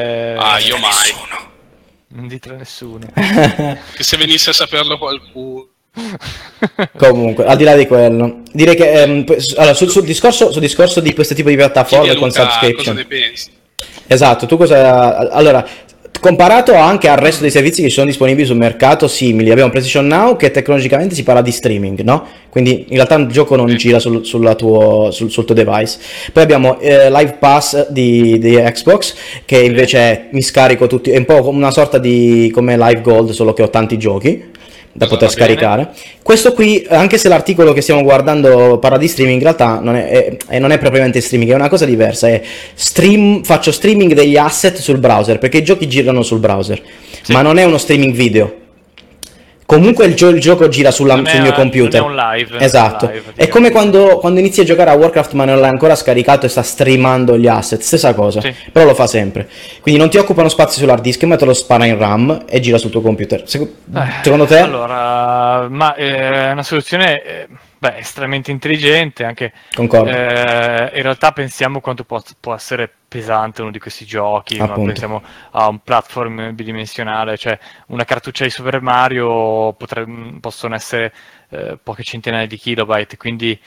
mai. Non dite a nessuno. Che se venisse a saperlo qualcuno. Comunque, al di là di quello, direi che allora, sul discorso di questo tipo di piattaforme con subscription. Cosa ne pensi? Esatto, tu cosa... Allora, comparato anche al resto dei servizi che ci sono disponibili sul mercato simili, abbiamo PlayStation Now che tecnologicamente si parla di streaming, no? Quindi in realtà il gioco non gira sul tuo device. Poi abbiamo Live Pass di Xbox, che invece mi scarico tutti, è un po' una sorta di come Live Gold, solo che ho tanti giochi da poter scaricare. Questo qui, anche se l'articolo che stiamo guardando parla di streaming, in realtà non è propriamente streaming, è una cosa diversa, faccio streaming degli asset sul browser, perché i giochi girano sul browser, ma non è uno streaming video. Comunque il gioco gira sul mio computer. Non è un live. Esatto. È come quando inizi a giocare a Warcraft ma non l'hai ancora scaricato e sta streamando gli asset. Stessa cosa. Sì. Però lo fa sempre. Quindi non ti occupano spazio sull'hard disk, ma te lo spara in RAM e gira sul tuo computer. Secondo te? Allora, è una soluzione estremamente intelligente. Anche. Concordo. In realtà pensiamo quanto può essere pesante uno di questi giochi, ma pensiamo a un platform bidimensionale, cioè una cartuccia di Super Mario possono essere poche centinaia di kilobyte, quindi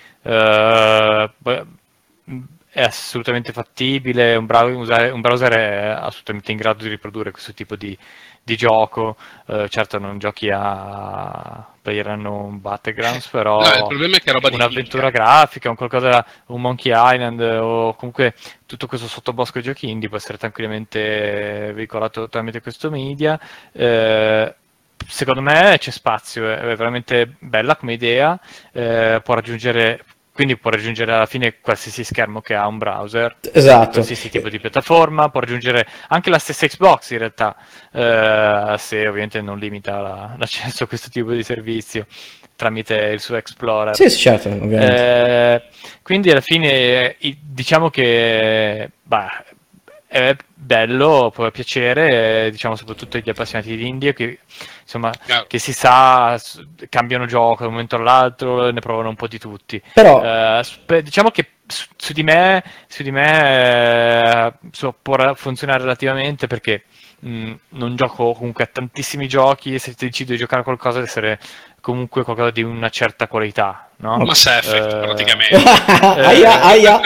è assolutamente fattibile, un browser è assolutamente in grado di riprodurre questo tipo di gioco. Certo non giochi a PlayerUnknown Battlegrounds, però no, il problema è che è roba un'avventura grafica, un Monkey Island o comunque tutto questo sottobosco di giochi indie può essere tranquillamente veicolato tramite questo media. Secondo me c'è spazio, è veramente bella come idea, può raggiungere alla fine qualsiasi schermo che ha un browser, esatto, qualsiasi tipo di piattaforma, può raggiungere anche la stessa Xbox in realtà, se ovviamente non limita l'accesso a questo tipo di servizio tramite il suo Explorer. Sì, certo, ovviamente. Quindi alla fine diciamo che è bello, può piacere, diciamo soprattutto agli appassionati di indie che insomma che si sa cambiano gioco da un momento all'altro, ne provano un po' di tutti. Però diciamo che su di me può funzionare relativamente, perché non gioco comunque a tantissimi giochi, e se decido di giocare a qualcosa deve essere comunque qualcosa di una certa qualità, no? Mass Effect praticamente. Aia.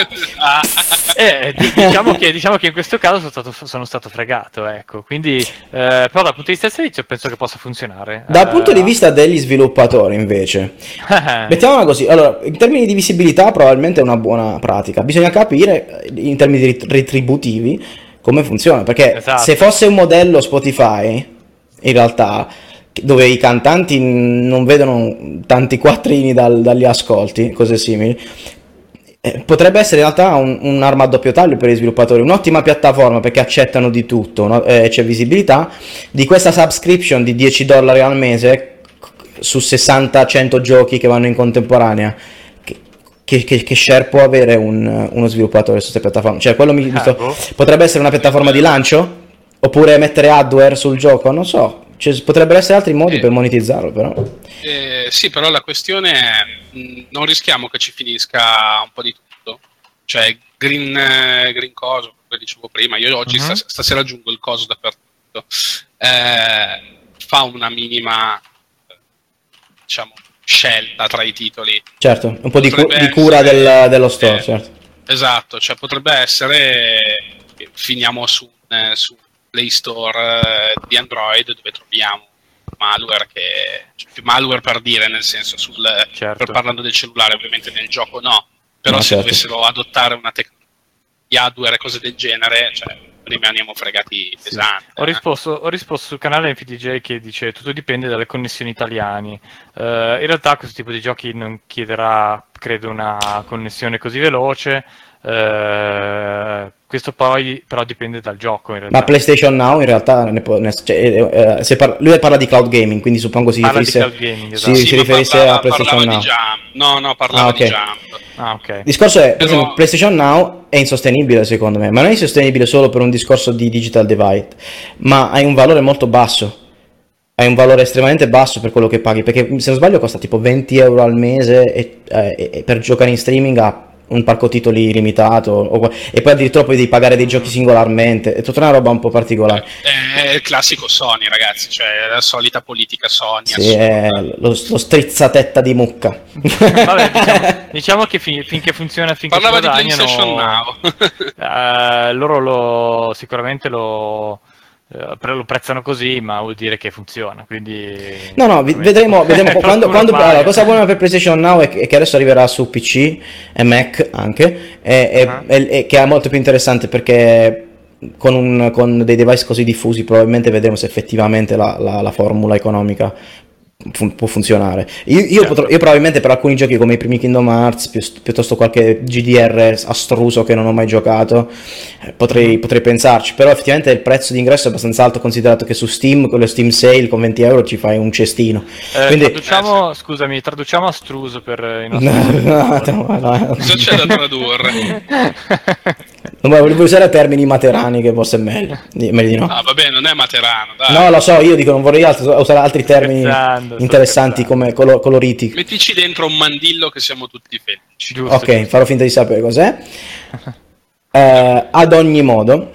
Diciamo che in questo caso sono stato fregato, ecco. Quindi però dal punto di vista del servizio penso che possa funzionare. Dal punto di vista degli sviluppatori invece mettiamola così, allora in termini di visibilità probabilmente è una buona pratica, bisogna capire in termini retributivi come funziona, perché se fosse un modello Spotify in realtà dove i cantanti non vedono tanti quattrini dagli ascolti, cose simili, potrebbe essere in realtà un'arma a doppio taglio per gli sviluppatori, un'ottima piattaforma perché accettano di tutto, no? C'è visibilità di questa subscription di $10 al mese su 60-100 giochi che vanno in contemporanea. Che share può avere uno sviluppatore su queste piattaforme? Cioè quello potrebbe essere una piattaforma di lancio? Oppure mettere hardware sul gioco? Non so. Potrebbero essere altri modi per monetizzarlo, però. Sì, però la questione è non rischiamo che ci finisca un po' di tutto. Cioè green coso, come dicevo prima, io oggi stasera aggiungo il coso dappertutto. Fa una minima diciamo scelta tra i titoli. Certo, un po' di cura dello store, certo. Esatto, cioè potrebbe essere che finiamo su Play Store di Android, dove troviamo malware malware per dire, nel senso per parlando del cellulare, ovviamente nel gioco no, però se dovessero adottare una tecnologia di hardware e cose del genere, cioè rimaniamo fregati pesanti. Ho risposto sul canale NFDJ che dice tutto dipende dalle connessioni italiane. In realtà questo tipo di giochi non chiederà, credo, una connessione così veloce. Questo poi però dipende dal gioco in realtà. Ma PlayStation Now in realtà lui parla di cloud gaming, quindi suppongo si riferisse di cloud gaming, esatto. si riferisse a PlayStation Now. Parlava di Jump. ok. Il discorso è, per esempio, PlayStation Now è insostenibile secondo me, ma non è insostenibile solo per un discorso di digital divide, ma hai un valore molto basso. Hai un valore estremamente basso per quello che paghi, perché se non sbaglio costa tipo 20 euro al mese e per giocare in streaming ha un parco titoli limitato e poi addirittura poi devi pagare dei giochi singolarmente, è tutta una roba un po' particolare. È il classico Sony, ragazzi, cioè la solita politica Sony. Sì, è lo strizzatetta di mucca. Vabbè, diciamo che finché funziona, finché parlava di PlayStation Now. Loro sicuramente lo prezzano così, ma vuol dire che funziona, quindi no vedremo quando la cosa buona per PlayStation Now è che adesso arriverà su PC e Mac anche e che è molto più interessante, perché con dei device così diffusi probabilmente vedremo se effettivamente la formula economica può funzionare. Io probabilmente per alcuni giochi come i primi Kingdom Hearts piuttosto qualche GDR astruso che non ho mai giocato potrei pensarci, però effettivamente il prezzo di ingresso è abbastanza alto, considerato che su Steam con lo Steam Sale con 20 euro ci fai un cestino. Quindi traduciamo astruso per i nostri cosa c'è da tradurre? Non volevo usare termini materani, che forse è meglio di no. Ah, vabbè, non è materano, dai. No, lo so, io dico, non vorrei usare altri termini interessanti come coloriti. Mettici dentro un mandillo che siamo tutti felici. Giusto. Farò finta di sapere cos'è. Ad ogni modo,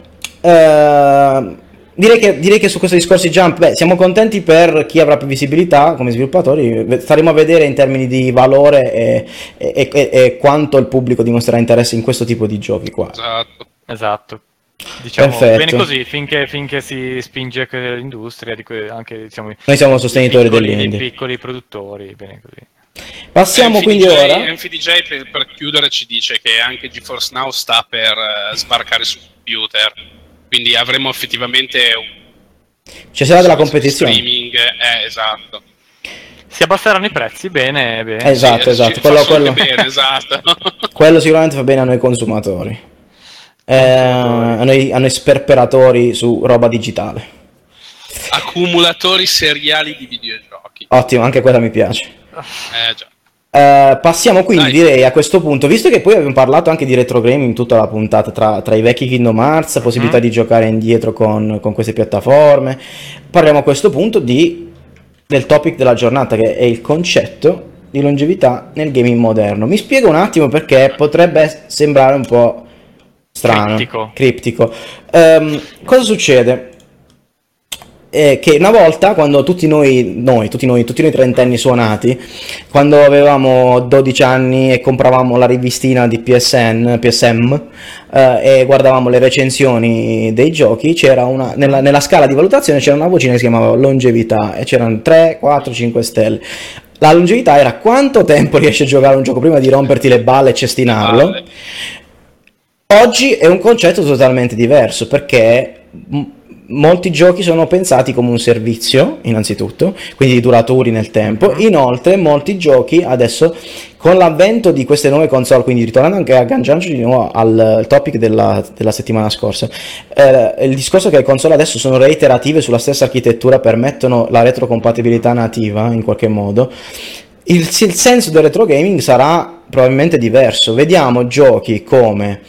direi che su questo discorso di Jump, siamo contenti per chi avrà più visibilità come sviluppatori. Staremo a vedere in termini di valore e quanto il pubblico dimostrerà interesse in questo tipo di giochi qua. Esatto. Diciamo perfetto. Bene così, finché si spinge l'industria, anche diciamo, noi siamo sostenitori dei piccoli produttori, bene così. Passiamo quindi ora. NFDJ per chiudere ci dice che anche GeForce Now sta per sbarcare su computer, quindi avremo effettivamente ci sarà della competizione. Streaming, esatto. Si abbasseranno i prezzi, bene. Esatto. Quello, bene, esatto. Quello sicuramente fa bene a noi consumatori. A noi sperperatori su roba digitale. Accumulatori seriali di videogiochi. Ottimo, anche quella mi piace. Già. Passiamo quindi, direi, a questo punto, visto che poi abbiamo parlato anche di retro gaming tutta la puntata, tra i vecchi Kingdom Hearts, possibilità di giocare indietro con queste piattaforme, parliamo a questo punto del topic della giornata, che è il concetto di longevità nel gaming moderno. Mi spiego un attimo, perché potrebbe sembrare un po' strano, criptico. Cosa succede? Che una volta, quando tutti noi trentenni suonati, quando avevamo 12 anni e compravamo la rivistina di PSM e guardavamo le recensioni dei giochi, c'era nella scala di valutazione c'era una vocina che si chiamava longevità e c'erano 3, 4, 5 stelle. La longevità era quanto tempo riesci a giocare un gioco prima di romperti le balle e cestinarlo. Oggi è un concetto totalmente diverso, perché molti giochi sono pensati come un servizio, innanzitutto, quindi duraturi nel tempo. Inoltre molti giochi adesso, con l'avvento di queste nuove console, quindi ritornando anche a agganciarci di nuovo al topic della settimana scorsa, il discorso è che le console adesso sono reiterative sulla stessa architettura, permettono la retrocompatibilità nativa in qualche modo. Il senso del retro gaming sarà probabilmente diverso. Vediamo giochi come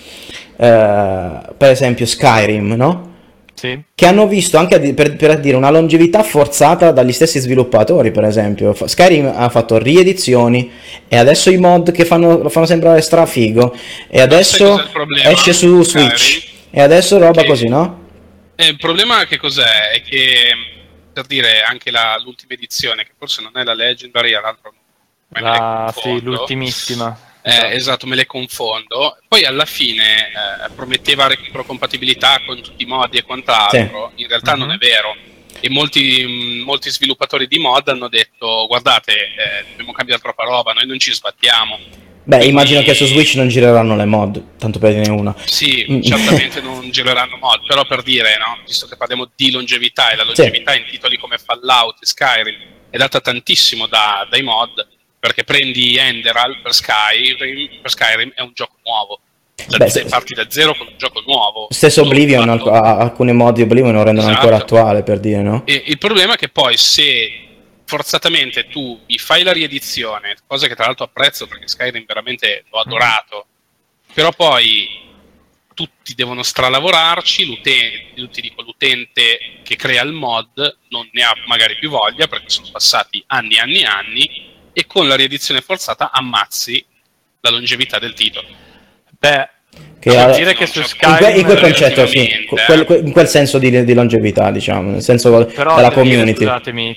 per esempio Skyrim, no? Sì. Che hanno visto anche per dire una longevità forzata dagli stessi sviluppatori. Per esempio Skyrim ha fatto riedizioni e adesso i mod che lo fanno sembrare strafigo, e adesso esce su Switch e adesso roba così, no? Il problema che cos'è? È che, per dire, anche l'ultima edizione, che forse non è la Legendary, l'altro sì, l'ultimissima. Esatto, me le confondo. Poi alla fine prometteva retrocompatibilità con tutti i modi e quant'altro. Sì. In realtà non è vero. E molti sviluppatori di mod hanno detto: guardate, dobbiamo cambiare troppa roba, noi non ci sbattiamo. Quindi, immagino che su Switch non gireranno le mod, tanto per dire una. Sì, certamente non gireranno mod, però per dire, no? Visto che parliamo di longevità, e la longevità in titoli come Fallout e Skyrim è data tantissimo dai mod. Perché prendi Enderal per Skyrim è un gioco nuovo. Parti da zero con un gioco nuovo. Stesso Oblivion, alcune mod di Oblivion lo rendono ancora attuale, per dire, no? E il problema è che poi, se forzatamente tu mi fai la riedizione, cosa che tra l'altro apprezzo perché Skyrim veramente l'ho adorato, però poi tutti devono stralavorarci, l'utente che crea il mod non ne ha magari più voglia perché sono passati anni e anni e anni, e con la riedizione forzata ammazzi la longevità del titolo. Beh, che dire che su Skyrim in quel concetto, sì, in quel senso di longevità, diciamo, nel senso però della community. Scusatemi,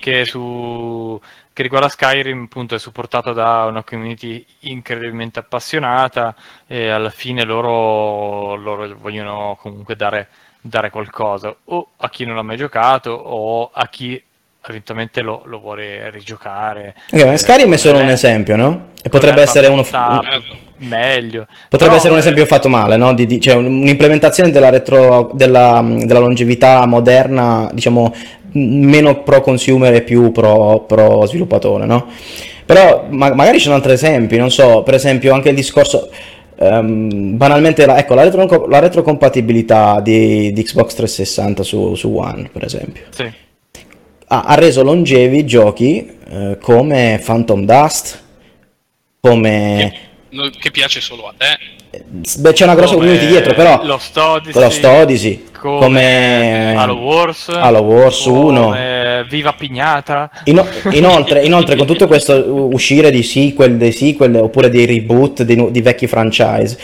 che riguarda Skyrim, appunto, è supportato da una community incredibilmente appassionata e alla fine loro vogliono comunque dare qualcosa o a chi non ha mai giocato o a chi eventualmente lo vuole rigiocare. Skyrim è solo un esempio, no? E potrebbe essere meglio. Potrebbe essere un esempio fatto male, no? Cioè un'implementazione della longevità moderna, diciamo, meno pro consumer e più pro sviluppatore, no? Però magari ci sono altri esempi, non so, per esempio anche il discorso banalmente la retrocompatibilità di Xbox 360 su One, per esempio. Sì. Ha reso longevi giochi come Phantom Dust, come... Che piace solo a te. Beh, c'è una grossa community dietro, però Lost Odyssey, come Halo Wars 1, Viva Pignata. Inoltre con tutto questo uscire di sequel oppure di reboot di vecchi franchise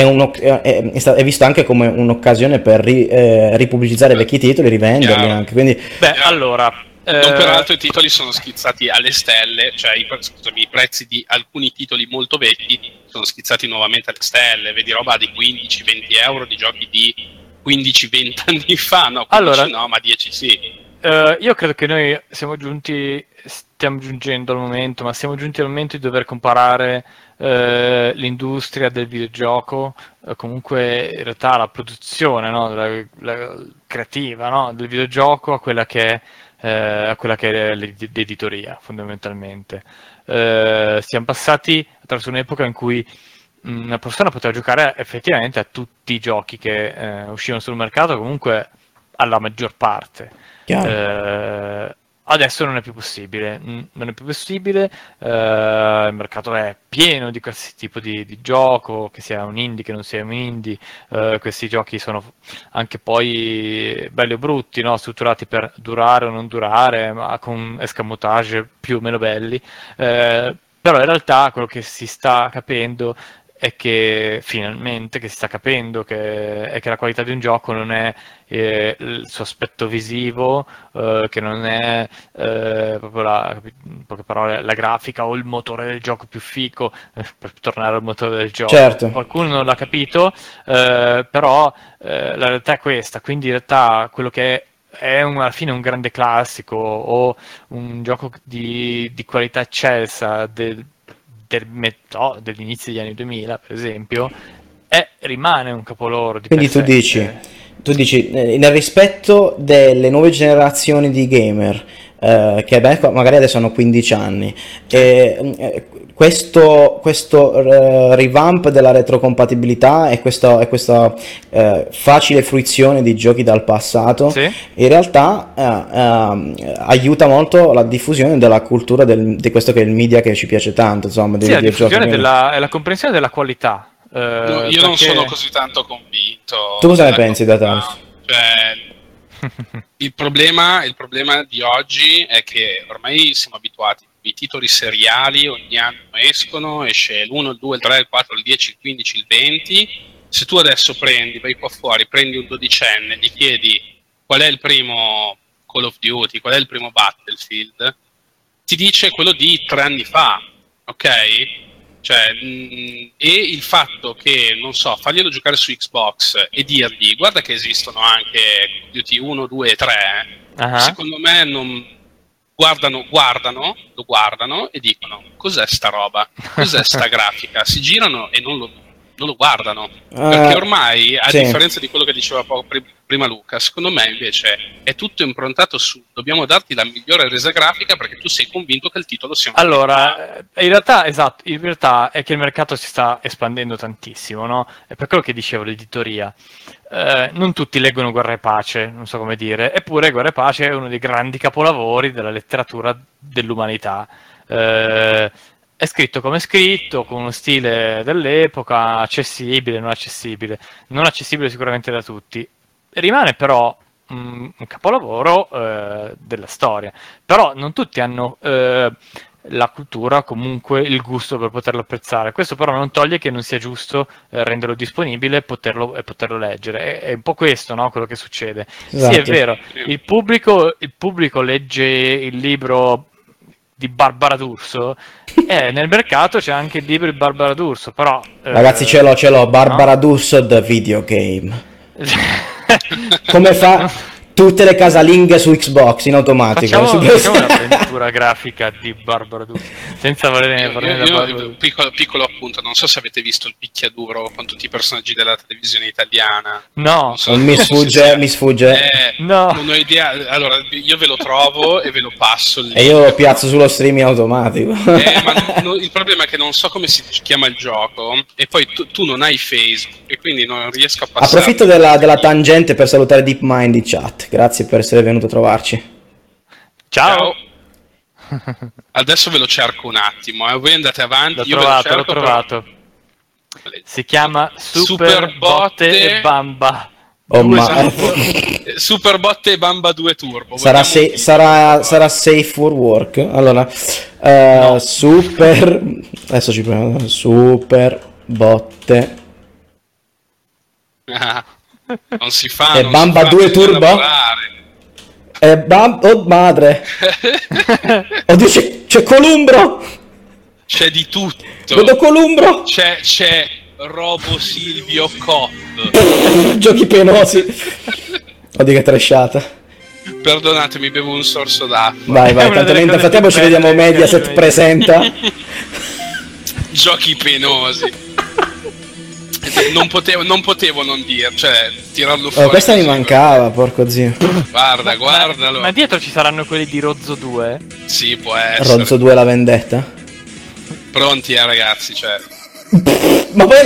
è visto anche come un'occasione per ripubblicizzare vecchi titoli, rivenderli anche, quindi allora non peraltro i titoli sono schizzati alle stelle, cioè i prezzi di alcuni titoli molto vecchi sono schizzati nuovamente alle stelle, vedi roba di 15-20 euro di giochi di 15-20 anni fa, no, 15 no, ma 10 sì. Io credo che noi stiamo giunti al momento di dover comparare l'industria del videogioco, comunque in realtà la produzione, no, la creativa, no, del videogioco a quella che è l'editoria, fondamentalmente. Siamo passati attraverso un'epoca in cui una persona poteva giocare effettivamente a tutti i giochi che uscivano sul mercato, comunque alla maggior parte. Adesso non è più possibile, il mercato è pieno di qualsiasi tipo di gioco, che sia un indie, che non sia un indie. Questi giochi sono anche poi belli o brutti, no? Strutturati per durare o non durare, ma con escamotage più o meno belli, però in realtà quello che si sta capendo è che finalmente che si sta capendo è che la qualità di un gioco non è il suo aspetto visivo, che non è proprio in poche parole la grafica o il motore del gioco più fico, per tornare al motore del gioco. Certo. Qualcuno non l'ha capito, però la realtà è questa, quindi in realtà quello che è alla fine un grande classico o un gioco di qualità eccelsa dell'inizio degli anni 2000, per esempio, rimane un capoloro di quindi tu dici nel rispetto delle nuove generazioni di gamer che magari adesso hanno 15 anni, questo revamp della retrocompatibilità e questa facile fruizione di giochi dal passato, sì, in realtà aiuta molto la diffusione della cultura di questo che è il media che ci piace tanto, insomma, sì, la diffusione e la comprensione della qualità. No, io non sono così tanto convinto. Tu cosa ne pensi, Dataris? Cioè, il problema di oggi è che ormai siamo abituati. I titoli seriali ogni anno esce l'1, il 2, il 3, il 4, il 10, il 15, il 20. Se tu adesso vai qua fuori, prendi un dodicenne, gli chiedi qual è il primo Call of Duty, qual è il primo Battlefield, ti dice quello di 3 anni fa, ok? Cioè, e il fatto che, non so, farglielo giocare su Xbox e dirgli guarda che esistono anche Duty 1, 2 e 3, secondo me non lo guardano e dicono cos'è sta roba, cos'è sta grafica, si girano e non lo guardano, perché ormai, a differenza di quello che diceva prima Luca, secondo me invece è tutto improntato su dobbiamo darti la migliore resa grafica perché tu sei convinto che il titolo sia un allora, in realtà, esatto, in realtà è che il mercato si sta espandendo tantissimo, no? È per quello che dicevo l'editoria. Non tutti leggono Guerra e Pace, non so come dire, eppure Guerra e Pace è uno dei grandi capolavori della letteratura dell'umanità. È scritto come è scritto, con uno stile dell'epoca, accessibile, non accessibile. Non accessibile sicuramente da tutti. Rimane però un capolavoro della storia. Però non tutti hanno la cultura, comunque il gusto per poterlo apprezzare. Questo però non toglie che non sia giusto renderlo disponibile e poterlo leggere. È un po' questo, no? Quello che succede. Esatto. Sì, è vero, il pubblico legge il libro di Barbara D'Urso, nel mercato c'è anche il libro di Barbara D'Urso, però ragazzi ce l'ho, Barbara no? D'Urso The Video Game. Come fa tutte le casalinghe su Xbox in automatico. Facciamo un'avventura grafica di Barbara D'Urso senza volere piccolo appunto, non so se avete visto il picchiaduro con tutti i personaggi della televisione italiana. No, mi sfugge. No. Non ho idea. Allora io ve lo trovo e ve lo passo lì. E io lo piazzo sullo streaming automatico. Ma il problema è che non so come si chiama il gioco e poi tu non hai Facebook e quindi non riesco a passare. Approfitto della tangente per salutare DeepMind in chat. Grazie per essere venuto a trovarci. Ciao. Adesso ve lo cerco un attimo, voi andate avanti. L'ho trovato. Si chiama Super Botte e Bamba. Super Botte e Bamba 2 Turbo. Sarà safe for work. Allora, no. Super. Adesso ci proviamo. Super Botte. Non si fa. E Bamba 2 Turbo? Oh madre. Oddio, c'è Columbro. C'è di tutto. Vedo Columbro. C'è Robo Silvio Cop. Giochi penosi. Oddio che trashata. Perdonatemi, bevo un sorso d'acqua. Vai, tanto nel frattempo ci vediamo Mediaset presenta. Giochi penosi. Non potevo non dire, cioè tirarlo fuori. Questa mi mancava, porco zio. Guardalo. Ma dietro ci saranno quelli di Rozzo 2? Sì, può essere. Rozzo 2 la vendetta. Pronti, ragazzi, cioè. Ma poi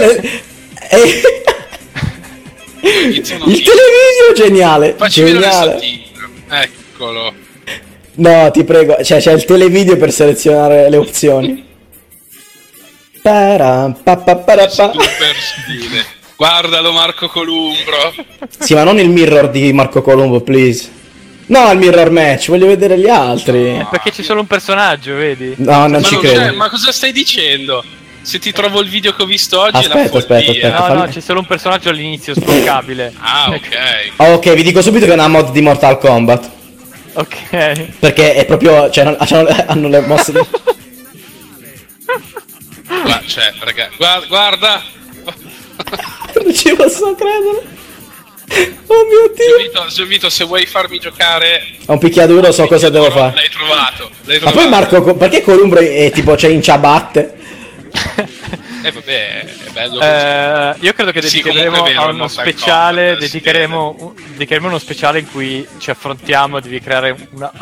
il televisio geniale. Facci vedere il sottotitolo. Eccolo. No, ti prego, cioè c'è il televideo per selezionare le opzioni. Super stile. Guardalo Marco Columbro. Sì, ma non il mirror di Marco Colombo, please. No, il mirror match, voglio vedere gli altri. Perché c'è solo un personaggio, vedi? No, non ci credo. Ma cosa stai dicendo? Se ti trovo il video che ho visto oggi aspetta. No, c'è solo un personaggio all'inizio, sbloccabile. Ok. Ok, vi dico subito che è una mod di Mortal Kombat. Ok. Perché è proprio, cioè, hanno le mosse di... Cioè, raga, guarda. Non ci posso credere. Oh mio Dio. Giovito, se vuoi farmi giocare a un picchiaduro so cosa devo fare. L'hai trovato. Ma poi Marco, perché Columbro è tipo c'è in ciabatte? Vabbè, è bello. Io credo che dedicheremo a uno speciale. Dedicheremo uno speciale in cui ci affrontiamo. Devi creare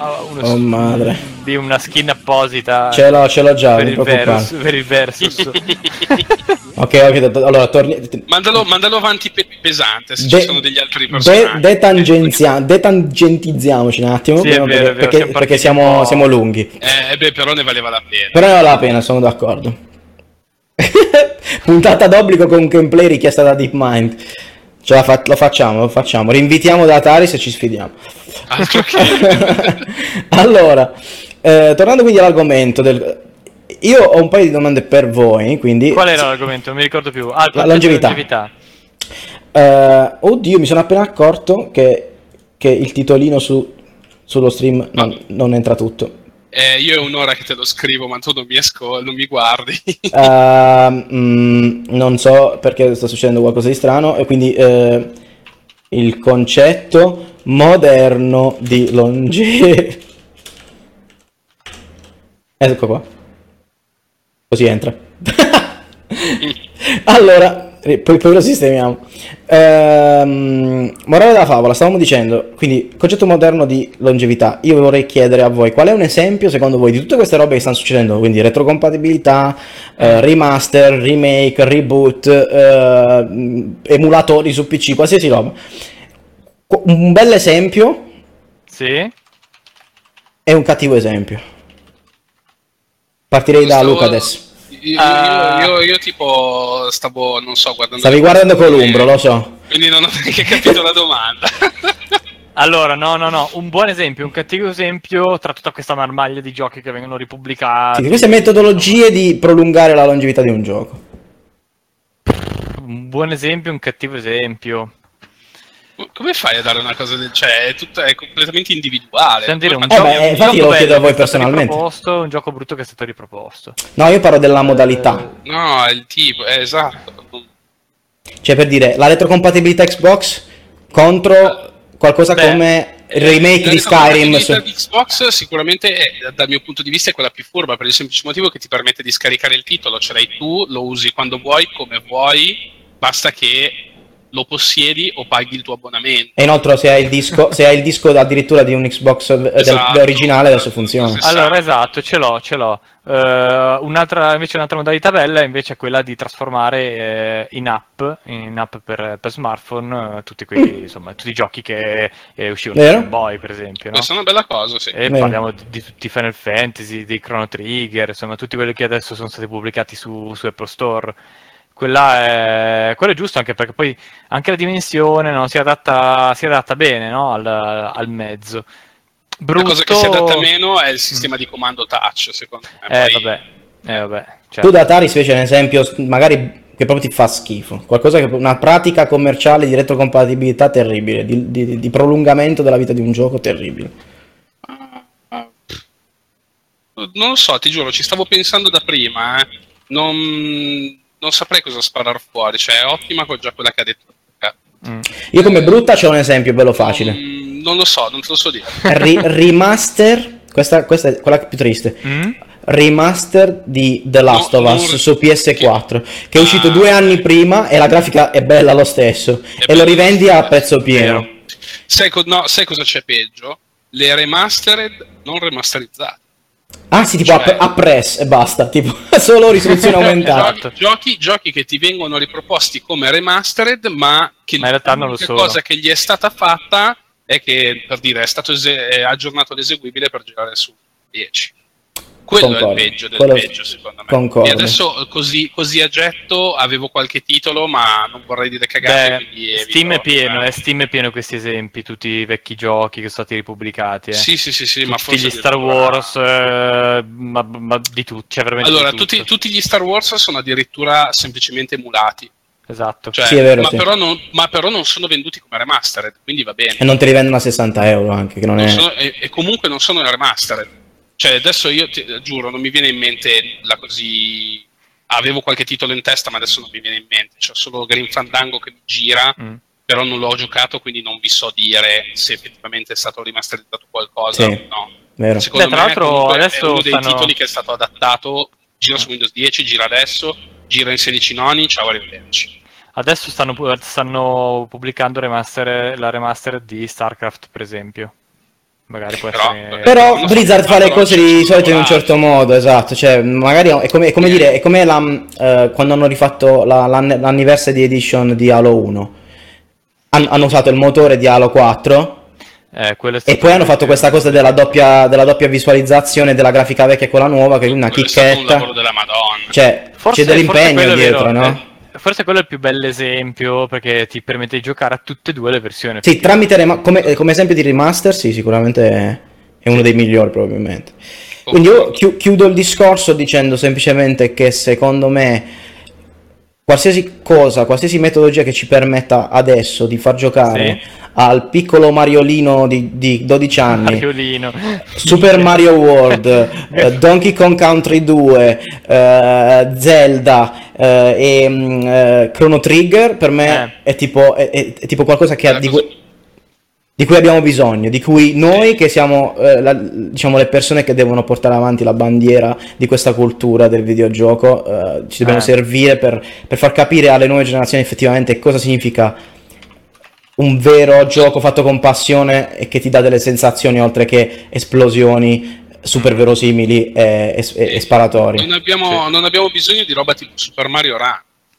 una skin apposita. Ce l'ho già. Per il Versus. Ok, allora torni. Mandalo avanti pesante. Se ci sono degli altri personaggi. Detangentizziamoci un attimo. Sì, è vero, perché siamo lunghi. Però ne valeva la pena. Però ne valeva la pena, sono d'accordo. Puntata d'obbligo con gameplay richiesta da DeepMind. Lo facciamo. Rinvitiamo da Atari se ci sfidiamo. Allora, tornando quindi all'argomento io ho un paio di domande per voi, quindi... Qual era l'argomento? Non mi ricordo più. La longevità. Oddio, mi sono appena accorto che il titolino sullo stream non entra tutto. Io è un'ora che te lo scrivo, ma tu non mi guardi. Non so perché sta succedendo qualcosa di strano, e quindi il concetto moderno di longevità. Ecco qua. Così entra. Allora, poi lo sistemiamo. Morale della favola, stavamo dicendo, quindi concetto moderno di longevità. Io vorrei chiedere a voi qual è un esempio secondo voi di tutte queste robe che stanno succedendo, quindi retrocompatibilità, remaster, remake, reboot, emulatori su PC, qualsiasi roba. Un bel esempio, sì, e un cattivo esempio. Partirei da Luca adesso. Io tipo stavo, non so, guardando... Stavi guardando Columbro, lo so. Quindi non ho neanche capito la domanda. Allora, no, un buon esempio, un cattivo esempio tra tutta questa marmaglia di giochi che vengono ripubblicati. Sì, queste metodologie di prolungare la longevità di un gioco. Un buon esempio, un cattivo esempio. Come fai a dare una cosa del... Cioè, è completamente individuale. Dire, infatti lo chiedo a voi personalmente. Un gioco brutto che è stato riproposto. No, io parlo della modalità. No, il tipo, esatto. Cioè, per dire, la retrocompatibilità Xbox contro qualcosa come il remake di Skyrim. La di Xbox sicuramente dal mio punto di vista è quella più furba, per il semplice motivo che ti permette di scaricare il titolo, ce l'hai tu, lo usi quando vuoi, come vuoi, basta che lo possiedi o paghi il tuo abbonamento. E inoltre se hai il disco addirittura di un Xbox originale, adesso funziona. Allora, esatto, ce l'ho. Un'altra modalità bella è invece quella di trasformare in app per smartphone tutti i giochi che uscivano su Game Boy, per esempio, no? Questa è una bella cosa, sì. E parliamo di tutti i Final Fantasy, di Chrono Trigger, insomma tutti quelli che adesso sono stati pubblicati su Apple Store. Quello è giusto, anche perché poi anche la dimensione, no, si adatta bene, no, al mezzo. Brutto... La cosa che si adatta meno è il sistema di comando touch, secondo me. Vabbè. Certo. Tu da Atari fece un esempio magari che proprio ti fa schifo, una pratica commerciale di retrocompatibilità terribile, di prolungamento della vita di un gioco terribile. Non lo so, ti giuro, ci stavo pensando da prima, non saprei cosa sparare fuori, cioè è ottima già quella che ha detto. Io come brutta c'ho un esempio bello facile. Non lo so, non te lo so dire. Remaster, questa è quella più triste. Remaster di The Last of Us su PS4, che è uscito 2 anni prima e la grafica è bella lo stesso, e lo rivendi a prezzo pieno. Sai cosa c'è peggio? Le remastered non remasterizzate. Ah sì, tipo a press e basta, tipo solo risoluzione aumentata. Giochi che ti vengono riproposti come remastered, ma in realtà non lo sono. La cosa che gli è stata fatta è che, per dire, è stato aggiornato l'eseguibile per girare su 10. Quello è il peggio del peggio, secondo me. Concordo. E adesso così a getto avevo qualche titolo, ma non vorrei dire cagate. Steam è pieno di questi esempi, tutti i vecchi giochi che sono stati ripubblicati. Sì, ma tutti gli Star Wars, ma di tutti. Cioè veramente allora, di tutto. tutti gli Star Wars sono addirittura semplicemente emulati. Esatto. Cioè, sì, è vero, ma però non sono venduti come remastered, quindi va bene. E non te li vendono a 60 euro anche, che non è... E comunque non sono remastered. Cioè, adesso io ti giuro, non mi viene in mente la così... Avevo qualche titolo in testa, ma adesso non mi viene in mente. C'ho solo Grim Fandango che mi gira, però non l'ho giocato, quindi non vi so dire se effettivamente è stato rimasterizzato qualcosa o no. Vero. Secondo me tra l'altro adesso è uno dei titoli che è stato adattato, gira su Windows 10, gira adesso, gira in 16 noni, ciao, arrivederci. Adesso stanno pubblicando la remaster di StarCraft, per esempio. Magari può essere... Però Blizzard fa le cose di solito in un certo modo, esatto, cioè magari è come dire, è come quando hanno rifatto l'anniversary edition di Halo 1, hanno usato il motore di Halo 4 e poi hanno fatto questa cosa della doppia visualizzazione della grafica vecchia e quella nuova, che è una chicchetta. È stato un lavoro della Madonna. Cioè, c'è dell'impegno dietro, no? Forse quello è il più bell'esempio, perché ti permette di giocare a tutte e due le versioni. Sì, tramite come esempio di remaster, sì, sicuramente è uno dei migliori probabilmente. Quindi io chiudo il discorso dicendo semplicemente che secondo me qualsiasi cosa, qualsiasi metodologia che ci permetta adesso di far giocare al piccolo Mariolino di 12 anni, Mariolino. Super Mario World, Donkey Kong Country 2, Zelda e Chrono Trigger, per me è tipo qualcosa che di cui abbiamo bisogno, di cui noi che siamo diciamo le persone che devono portare avanti la bandiera di questa cultura del videogioco, ci dobbiamo servire per far capire alle nuove generazioni effettivamente cosa significa un vero gioco fatto con passione e che ti dà delle sensazioni oltre che esplosioni super verosimili e sparatori. Non abbiamo bisogno di roba tipo Super Mario Run.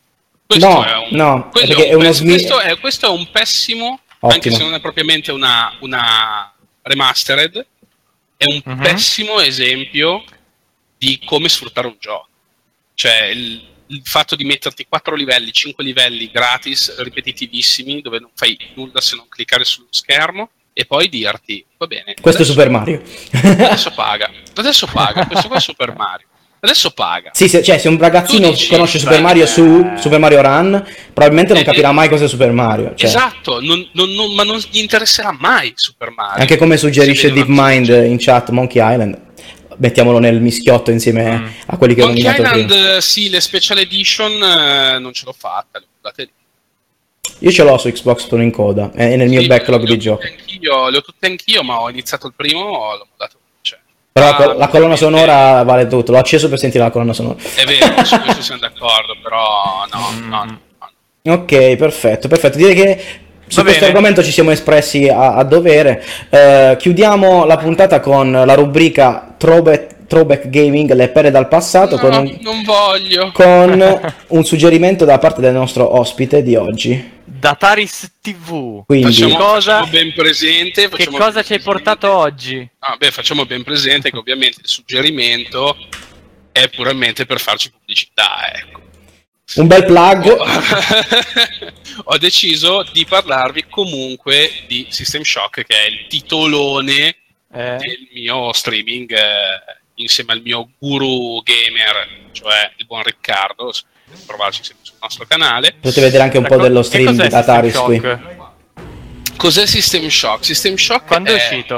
Questo è un pessimo. Ottimo. Anche se non è propriamente una remastered, è un pessimo esempio di come sfruttare un gioco. Cioè il fatto di metterti 4 livelli, 5 livelli gratis, ripetitivissimi, dove non fai nulla se non cliccare sullo schermo e poi dirti, va bene. Questo è Super Mario. Adesso paga, questo qua è Super Mario. Adesso paga. Sì, cioè se un ragazzino conosce Super Mario su Super Mario Run, probabilmente non capirà mai cos'è Super Mario. Cioè. Esatto, ma non gli interesserà mai Super Mario. Anche come suggerisce DeepMind in chat Monkey Island. Mettiamolo nel mischiotto insieme a quelli che ho nominato prima. Monkey Island, sì, le special edition non ce l'ho fatta, le ho date lì. Io ce l'ho su Xbox, sono in coda, è nel mio backlog di giochi. Le ho tutte anch'io, ma ho iniziato il primo, l'ho dato. Però la colonna sonora vale tutto, l'ho acceso per sentire la colonna sonora. È vero, su questo siamo d'accordo, però no. Ok, perfetto. Direi che su questo argomento ci siamo espressi a dovere. Chiudiamo la puntata con la rubrica Throwback Gaming, le perle dal passato, non voglio. Con un suggerimento da parte del nostro ospite di oggi. Dataris TV. Quindi, facciamo ben presente. Che cosa ci hai portato oggi? Facciamo ben presente che ovviamente il suggerimento è puramente per farci pubblicità, ecco. Un bel plug. Ho deciso di parlarvi comunque di System Shock, che è il titolone del mio streaming insieme al mio guru gamer, cioè il buon Riccardo. Trovarci sempre sul nostro canale. Potete vedere anche un po' dello stream di Dataris qui. Cos'è System Shock? System Shock quando è uscito?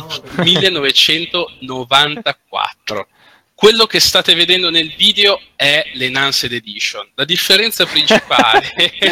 1994. Quello che state vedendo nel video è l'Enhanced Edition. La differenza principale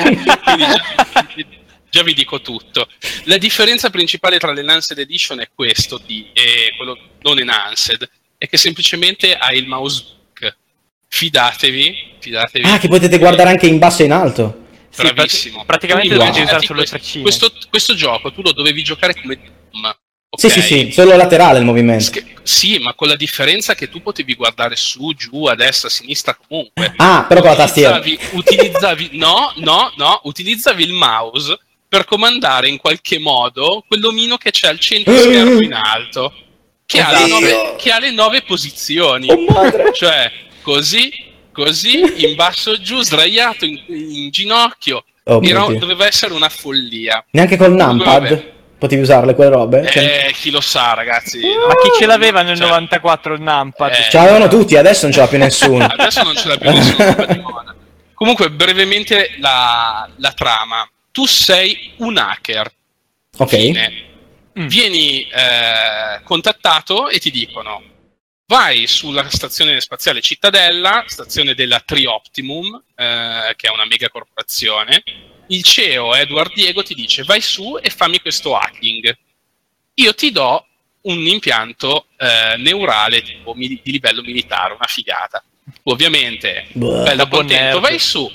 già vi dico tutto. La differenza principale tra l'Enhanced Edition e questo quello non Enhanced è che semplicemente ha il mouse. Fidatevi. Che potete guardare anche in basso e in alto. Bravissimo. Praticamente dovete usare sulle treccine. Questo gioco tu lo dovevi giocare come Doom. Okay? Sì, solo laterale il movimento. Sì, ma con la differenza che tu potevi guardare su, giù, a destra, a sinistra, comunque. Però con la tastiera. Utilizzavi il mouse per comandare in qualche modo quell'omino che c'è al centro schermo in alto, che ha le 9 posizioni. Oh madre! Cioè, così, in basso giù, sdraiato, in ginocchio. Doveva essere una follia. Neanche col numpad potevi usarle quelle robe? Chi lo sa, ragazzi. Ma chi ce l'aveva nel 94 il numpad? Ce l'avevano tutti, adesso non ce l'ha più nessuno. Adesso non ce l'ha più nessuno. Comunque, brevemente la trama. Tu sei un hacker. Ok. Vieni contattato e ti dicono: vai sulla stazione spaziale Cittadella, stazione della Trioptimum, che è una mega corporazione. Il CEO Edward Diego ti dice: vai su e fammi questo hacking. Io ti do un impianto neurale tipo di livello militare, una figata. Ovviamente, bello contento, vai su,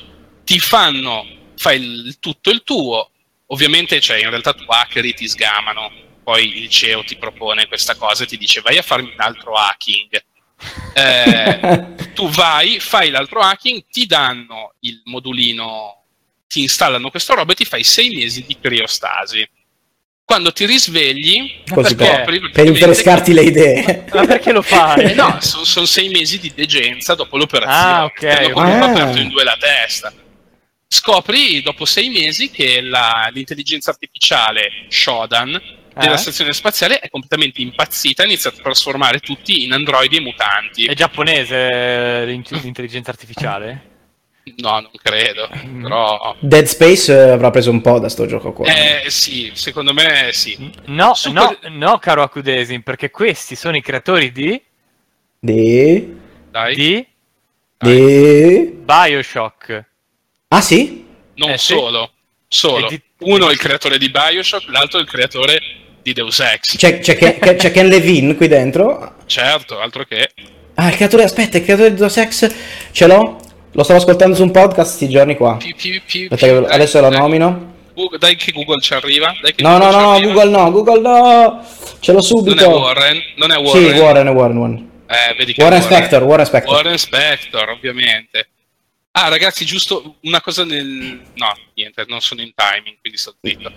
fai tutto il tuo. Ovviamente, in realtà tu hackeri ti sgamano. Poi il CEO ti propone questa cosa e ti dice: vai a farmi un altro hacking. Tu fai l'altro hacking, ti danno il modulino, ti installano questo roba e ti fai 6 mesi di criostasi. Quando ti risvegli, così per rinfrescarti le idee. Ma perché lo fai? No, sono 6 mesi di degenza dopo l'operazione. Ok. Hanno aperto in 2 la testa. Scopri dopo 6 mesi che l'intelligenza artificiale Shodan della stazione spaziale è completamente impazzita, ha iniziato a trasformare tutti in androidi e mutanti. È giapponese l'intelligenza articficiale? No, non credo. Però Dead Space avrà preso un po' da sto gioco qua. Sì, secondo me sì. No, caro Akudesin, perché questi sono i creatori di Bioshock. BioShock. Ah sì? Non solo. Uno è il creatore di BioShock, l'altro è il creatore di Deus Ex. C'è Ken Levine qui dentro. Certo, altro che... Il creatore di Deus Ex ce l'ho? Lo stavo ascoltando su un podcast sti giorni qua. Adesso lo nomino. Dai che Google ci arriva. No, Google no. Ce l'ho subito. Non è Warren. Sì, Warren. Vedi che Warren Spector. Warren Spector, ovviamente. Ragazzi, giusto una cosa No, niente, non sono in timing, quindi sto zitto.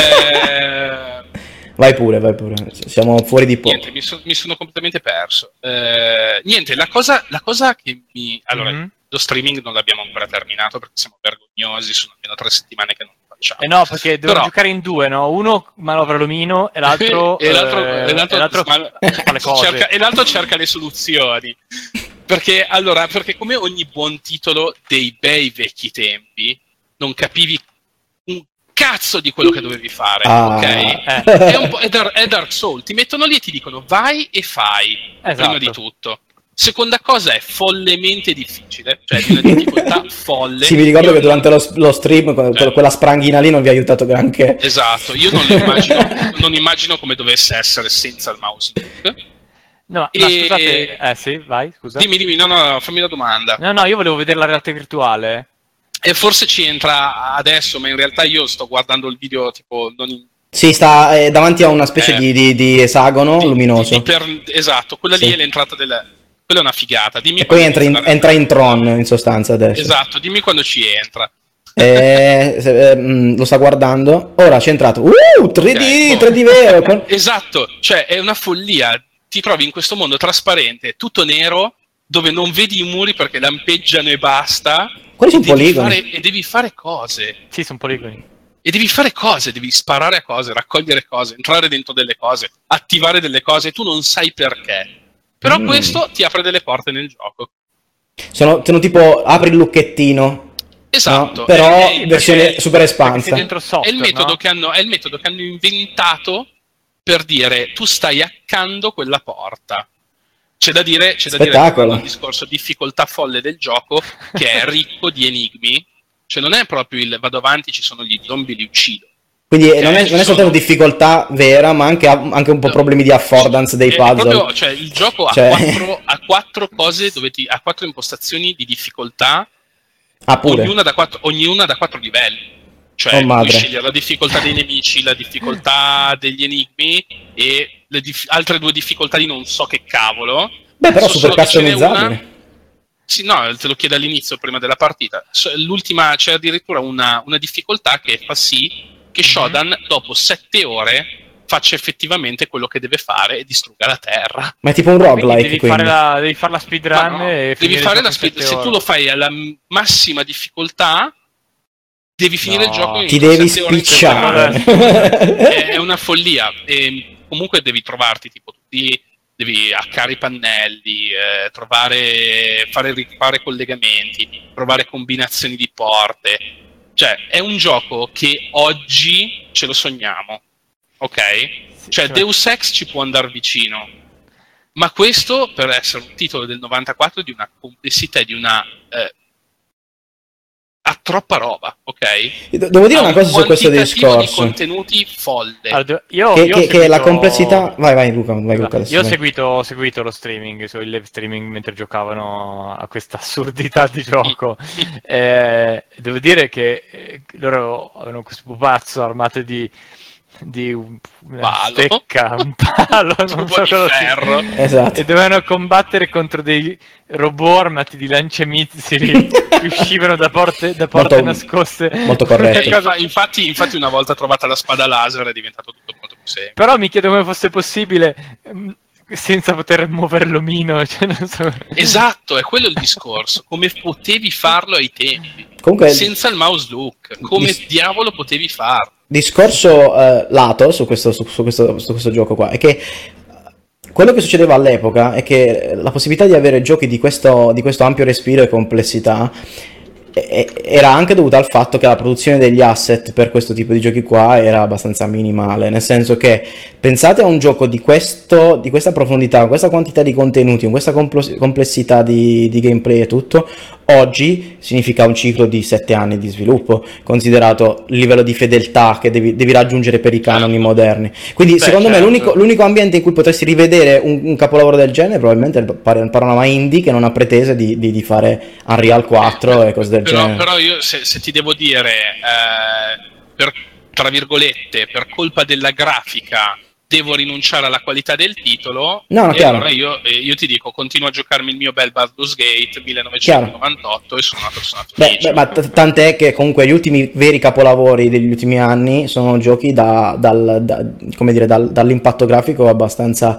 Vai pure. Siamo fuori di poco. Niente, mi sono completamente perso. Niente, la cosa che mi... Allora, lo streaming non l'abbiamo ancora terminato perché siamo vergognosi, sono almeno 3 settimane che non lo facciamo. No, perché devo giocare in due, no? Uno manovra l'omino e l'altro fa le cose. E l'altro cerca le soluzioni. Perché come ogni buon titolo dei bei vecchi tempi, non capivi un cazzo di quello che dovevi fare, ok? È Dark Souls, ti mettono lì e ti dicono vai e fai, prima di tutto. Seconda cosa è follemente difficile, cioè di una difficoltà folle. Sì, mi ricordo che durante lo stream quella spranghina lì non vi ha aiutato granché. Esatto, io non immagino come dovesse essere senza il mouse look. No, ma scusate, sì, vai, scusa. Dimmi, no, fammi la domanda. No, io volevo vedere la realtà virtuale. E forse ci entra adesso, ma in realtà io sto guardando il video tipo Sì, sta davanti a una specie di esagono luminoso. Esatto, quella lì è l'entrata quella è una figata. Dimmi e poi entra in Tron in sostanza adesso. Esatto, dimmi quando ci entra. Lo sta guardando. Ora c'è entrato. 3D vero. Esatto, cioè è una follia. Ti trovi in questo mondo trasparente, tutto nero, dove non vedi i muri perché lampeggiano e basta. Quelli sono poligoni. E devi fare cose. Sì, sono poligoni. E devi fare cose, devi sparare a cose, raccogliere cose, entrare dentro delle cose, attivare delle cose, e tu non sai perché. Però questo ti apre delle porte nel gioco. Sono tipo apri il lucchettino. Esatto. No? Però versione super espansa. È il metodo che hanno inventato per dire tu stai hackando quella porta. C'è da dire che un discorso difficoltà folle del gioco che è ricco di enigmi, cioè non è proprio vado avanti, ci sono gli zombie, li uccido. Quindi non è soltanto difficoltà vera, ma anche un po' problemi di affordance dei puzzle. Proprio, cioè, il gioco ha 4 cose ha 4 impostazioni di difficoltà, ognuna da 4 livelli. Cioè puoi scegliere la difficoltà dei nemici, la difficoltà degli enigmi e altre 2 difficoltà di non so che cavolo. Beh, però super customizzabile. Sì, no, te lo chiede all'inizio, prima della partita. L'ultima c'è addirittura una difficoltà che fa sì che Shodan dopo 7 ore faccia effettivamente quello che deve fare e distrugga la terra. Ma è tipo un roguelike, devi fare la speedrun e devi fare la speedrun. Se tu lo fai alla massima difficoltà devi finire il gioco ti devi spicciare. È una follia. E comunque devi trovarti tipo devi hackare i pannelli, fare collegamenti, provare combinazioni di porte. Cioè è un gioco che oggi ce lo sogniamo, ok? Cioè Deus Ex ci può andare vicino, ma questo, per essere un titolo del 94, di una complessità e di una ha troppa roba, ok? Devo dire una cosa su questo discorso. Di contenuti folle. Allora, che la complessità. Vai Luca. Io ho seguito lo streaming, il live streaming mentre giocavano a questa assurdità di gioco. Devo dire che loro avevano questo pupazzo armato di una stecca, un palo, non so cosa ferro. Esatto. E dovevano combattere contro dei robot armati di lanciamissili che uscivano da porte nascoste. Molto corretto. Infatti una volta trovata la spada laser è diventato tutto molto più semplice. Però mi chiedo come fosse possibile senza poter muovere l'omino, cioè, non so. Esatto, è quello il discorso. Come potevi farlo ai tempi? Comunque, senza il mouse look, come diavolo potevi farlo? Discorso lato su questo gioco qua è che quello che succedeva all'epoca è che la possibilità di avere giochi di questo ampio respiro e complessità era anche dovuta al fatto che la produzione degli asset per questo tipo di giochi qua era abbastanza minimale, nel senso che pensate a un gioco di questa profondità, con questa quantità di contenuti, con questa complessità di gameplay e tutto, oggi significa un ciclo di 7 anni di sviluppo, considerato il livello di fedeltà che devi raggiungere per i canoni moderni. Quindi secondo me l'unico ambiente in cui potresti rivedere un capolavoro del genere probabilmente è il panorama indie, che non ha pretese di fare Unreal 4 e cose del genere. Però io se ti devo dire, tra virgolette, per colpa della grafica devo rinunciare alla qualità del titolo, allora io ti dico, continuo a giocarmi il mio bel Baldur's Gate 1998 e sono una persona felice. Ma tant'è che comunque gli ultimi veri capolavori degli ultimi anni sono giochi dall'impatto grafico abbastanza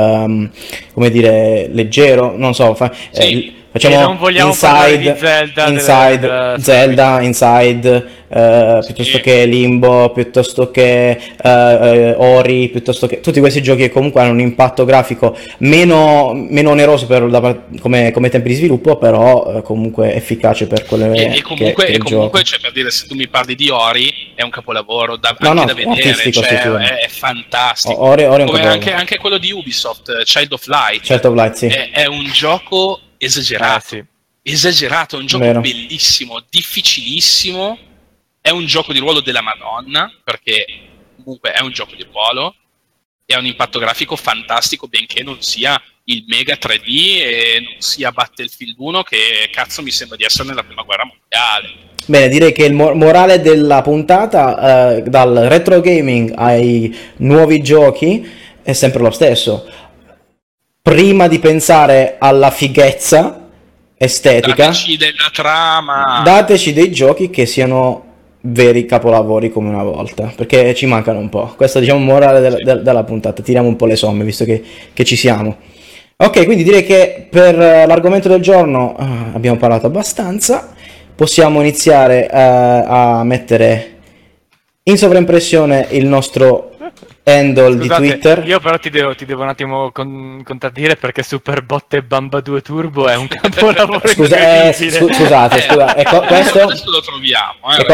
leggero, non so, facciamo non vogliamo parlare di Zelda, Inside, piuttosto che Limbo, piuttosto che Ori, piuttosto che tutti questi giochi che comunque hanno un impatto grafico meno oneroso come tempi di sviluppo, però comunque efficace per quelle e comunque cioè, per dire, se tu mi parli di Ori è un capolavoro da vedere, cioè, è fantastico. Ori come anche quello di Ubisoft, Child of Light, sì. È un gioco esagerato, esagerato, è un gioco bellissimo, difficilissimo, è un gioco di ruolo della Madonna, perché comunque è un gioco di ruolo e ha un impatto grafico fantastico, benché non sia il mega 3D e non sia Battlefield 1, che cazzo mi sembra di essere nella prima guerra mondiale. Bene, direi che il morale della puntata, dal retro gaming ai nuovi giochi, è sempre lo stesso. Prima di pensare alla fighezza estetica, dateci della trama, dateci dei giochi che siano veri capolavori come una volta, perché ci mancano un po'. Questo, diciamo, morale della puntata. Tiriamo un po' le somme, visto che ci siamo. Ok, quindi direi che per l'argomento del giorno abbiamo parlato abbastanza. Possiamo iniziare a mettere in sovraimpressione il nostro handle di Twitter. Io però ti devo un attimo contraddire, perché Superbot e Bamba 2 Turbo è un capolavoro. Scusate, questo lo troviamo. È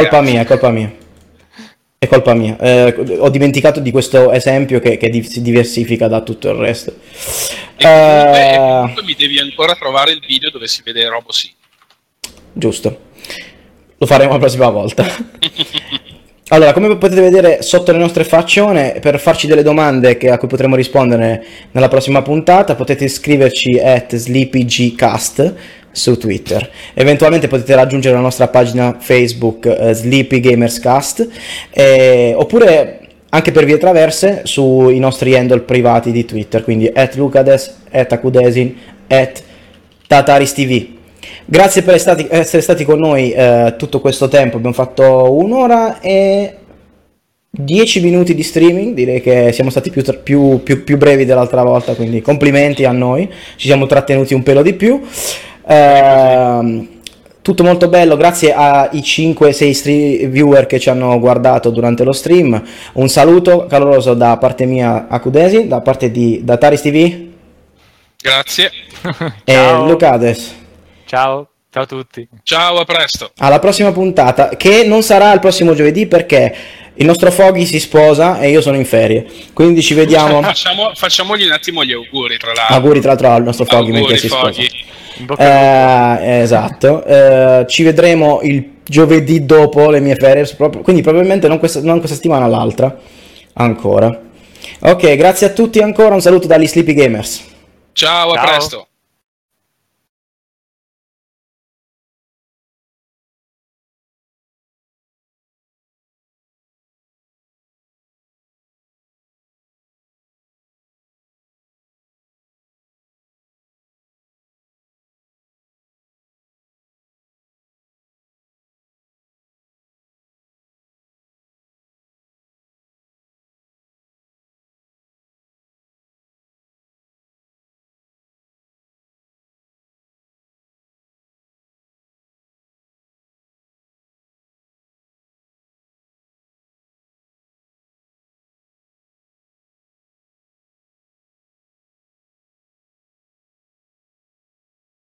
colpa mia. Ho dimenticato di questo esempio che si diversifica da tutto il resto. E comunque mi devi ancora trovare il video dove si vede Robosy. Giusto, lo faremo la prossima volta. Allora, come potete vedere sotto le nostre faccione, per farci delle domande a cui potremo rispondere nella prossima puntata, potete iscriverci @sleepygcast su Twitter. Eventualmente potete raggiungere la nostra pagina Facebook Sleepy Gamers Cast, oppure anche per vie traverse sui nostri handle privati di Twitter, quindi @lucades, @akudesin, @tataristv. Grazie per essere stati con noi tutto questo tempo. Abbiamo fatto 1 ora e 10 minuti di streaming. Direi che siamo stati più brevi dell'altra volta, quindi complimenti a noi. Ci siamo trattenuti un pelo di più. Tutto molto bello, grazie ai 5-6 viewer che ci hanno guardato durante lo stream. Un saluto caloroso da parte mia a Kudesi, da parte di Dataris TV. Grazie. E Lucades. Ciao a tutti. Ciao, a presto. Alla prossima puntata, che non sarà il prossimo giovedì perché il nostro Foggy si sposa e io sono in ferie. Quindi ci vediamo. Facciamogli un attimo gli auguri, tra l'altro. Auguri tra l'altro al nostro Foggy mentre si sposa. Esatto. Ci vedremo il giovedì dopo le mie ferie, quindi probabilmente non questa settimana, l'altra ancora. Ok, grazie a tutti ancora, un saluto dagli Sleepy Gamers. Ciao, a presto.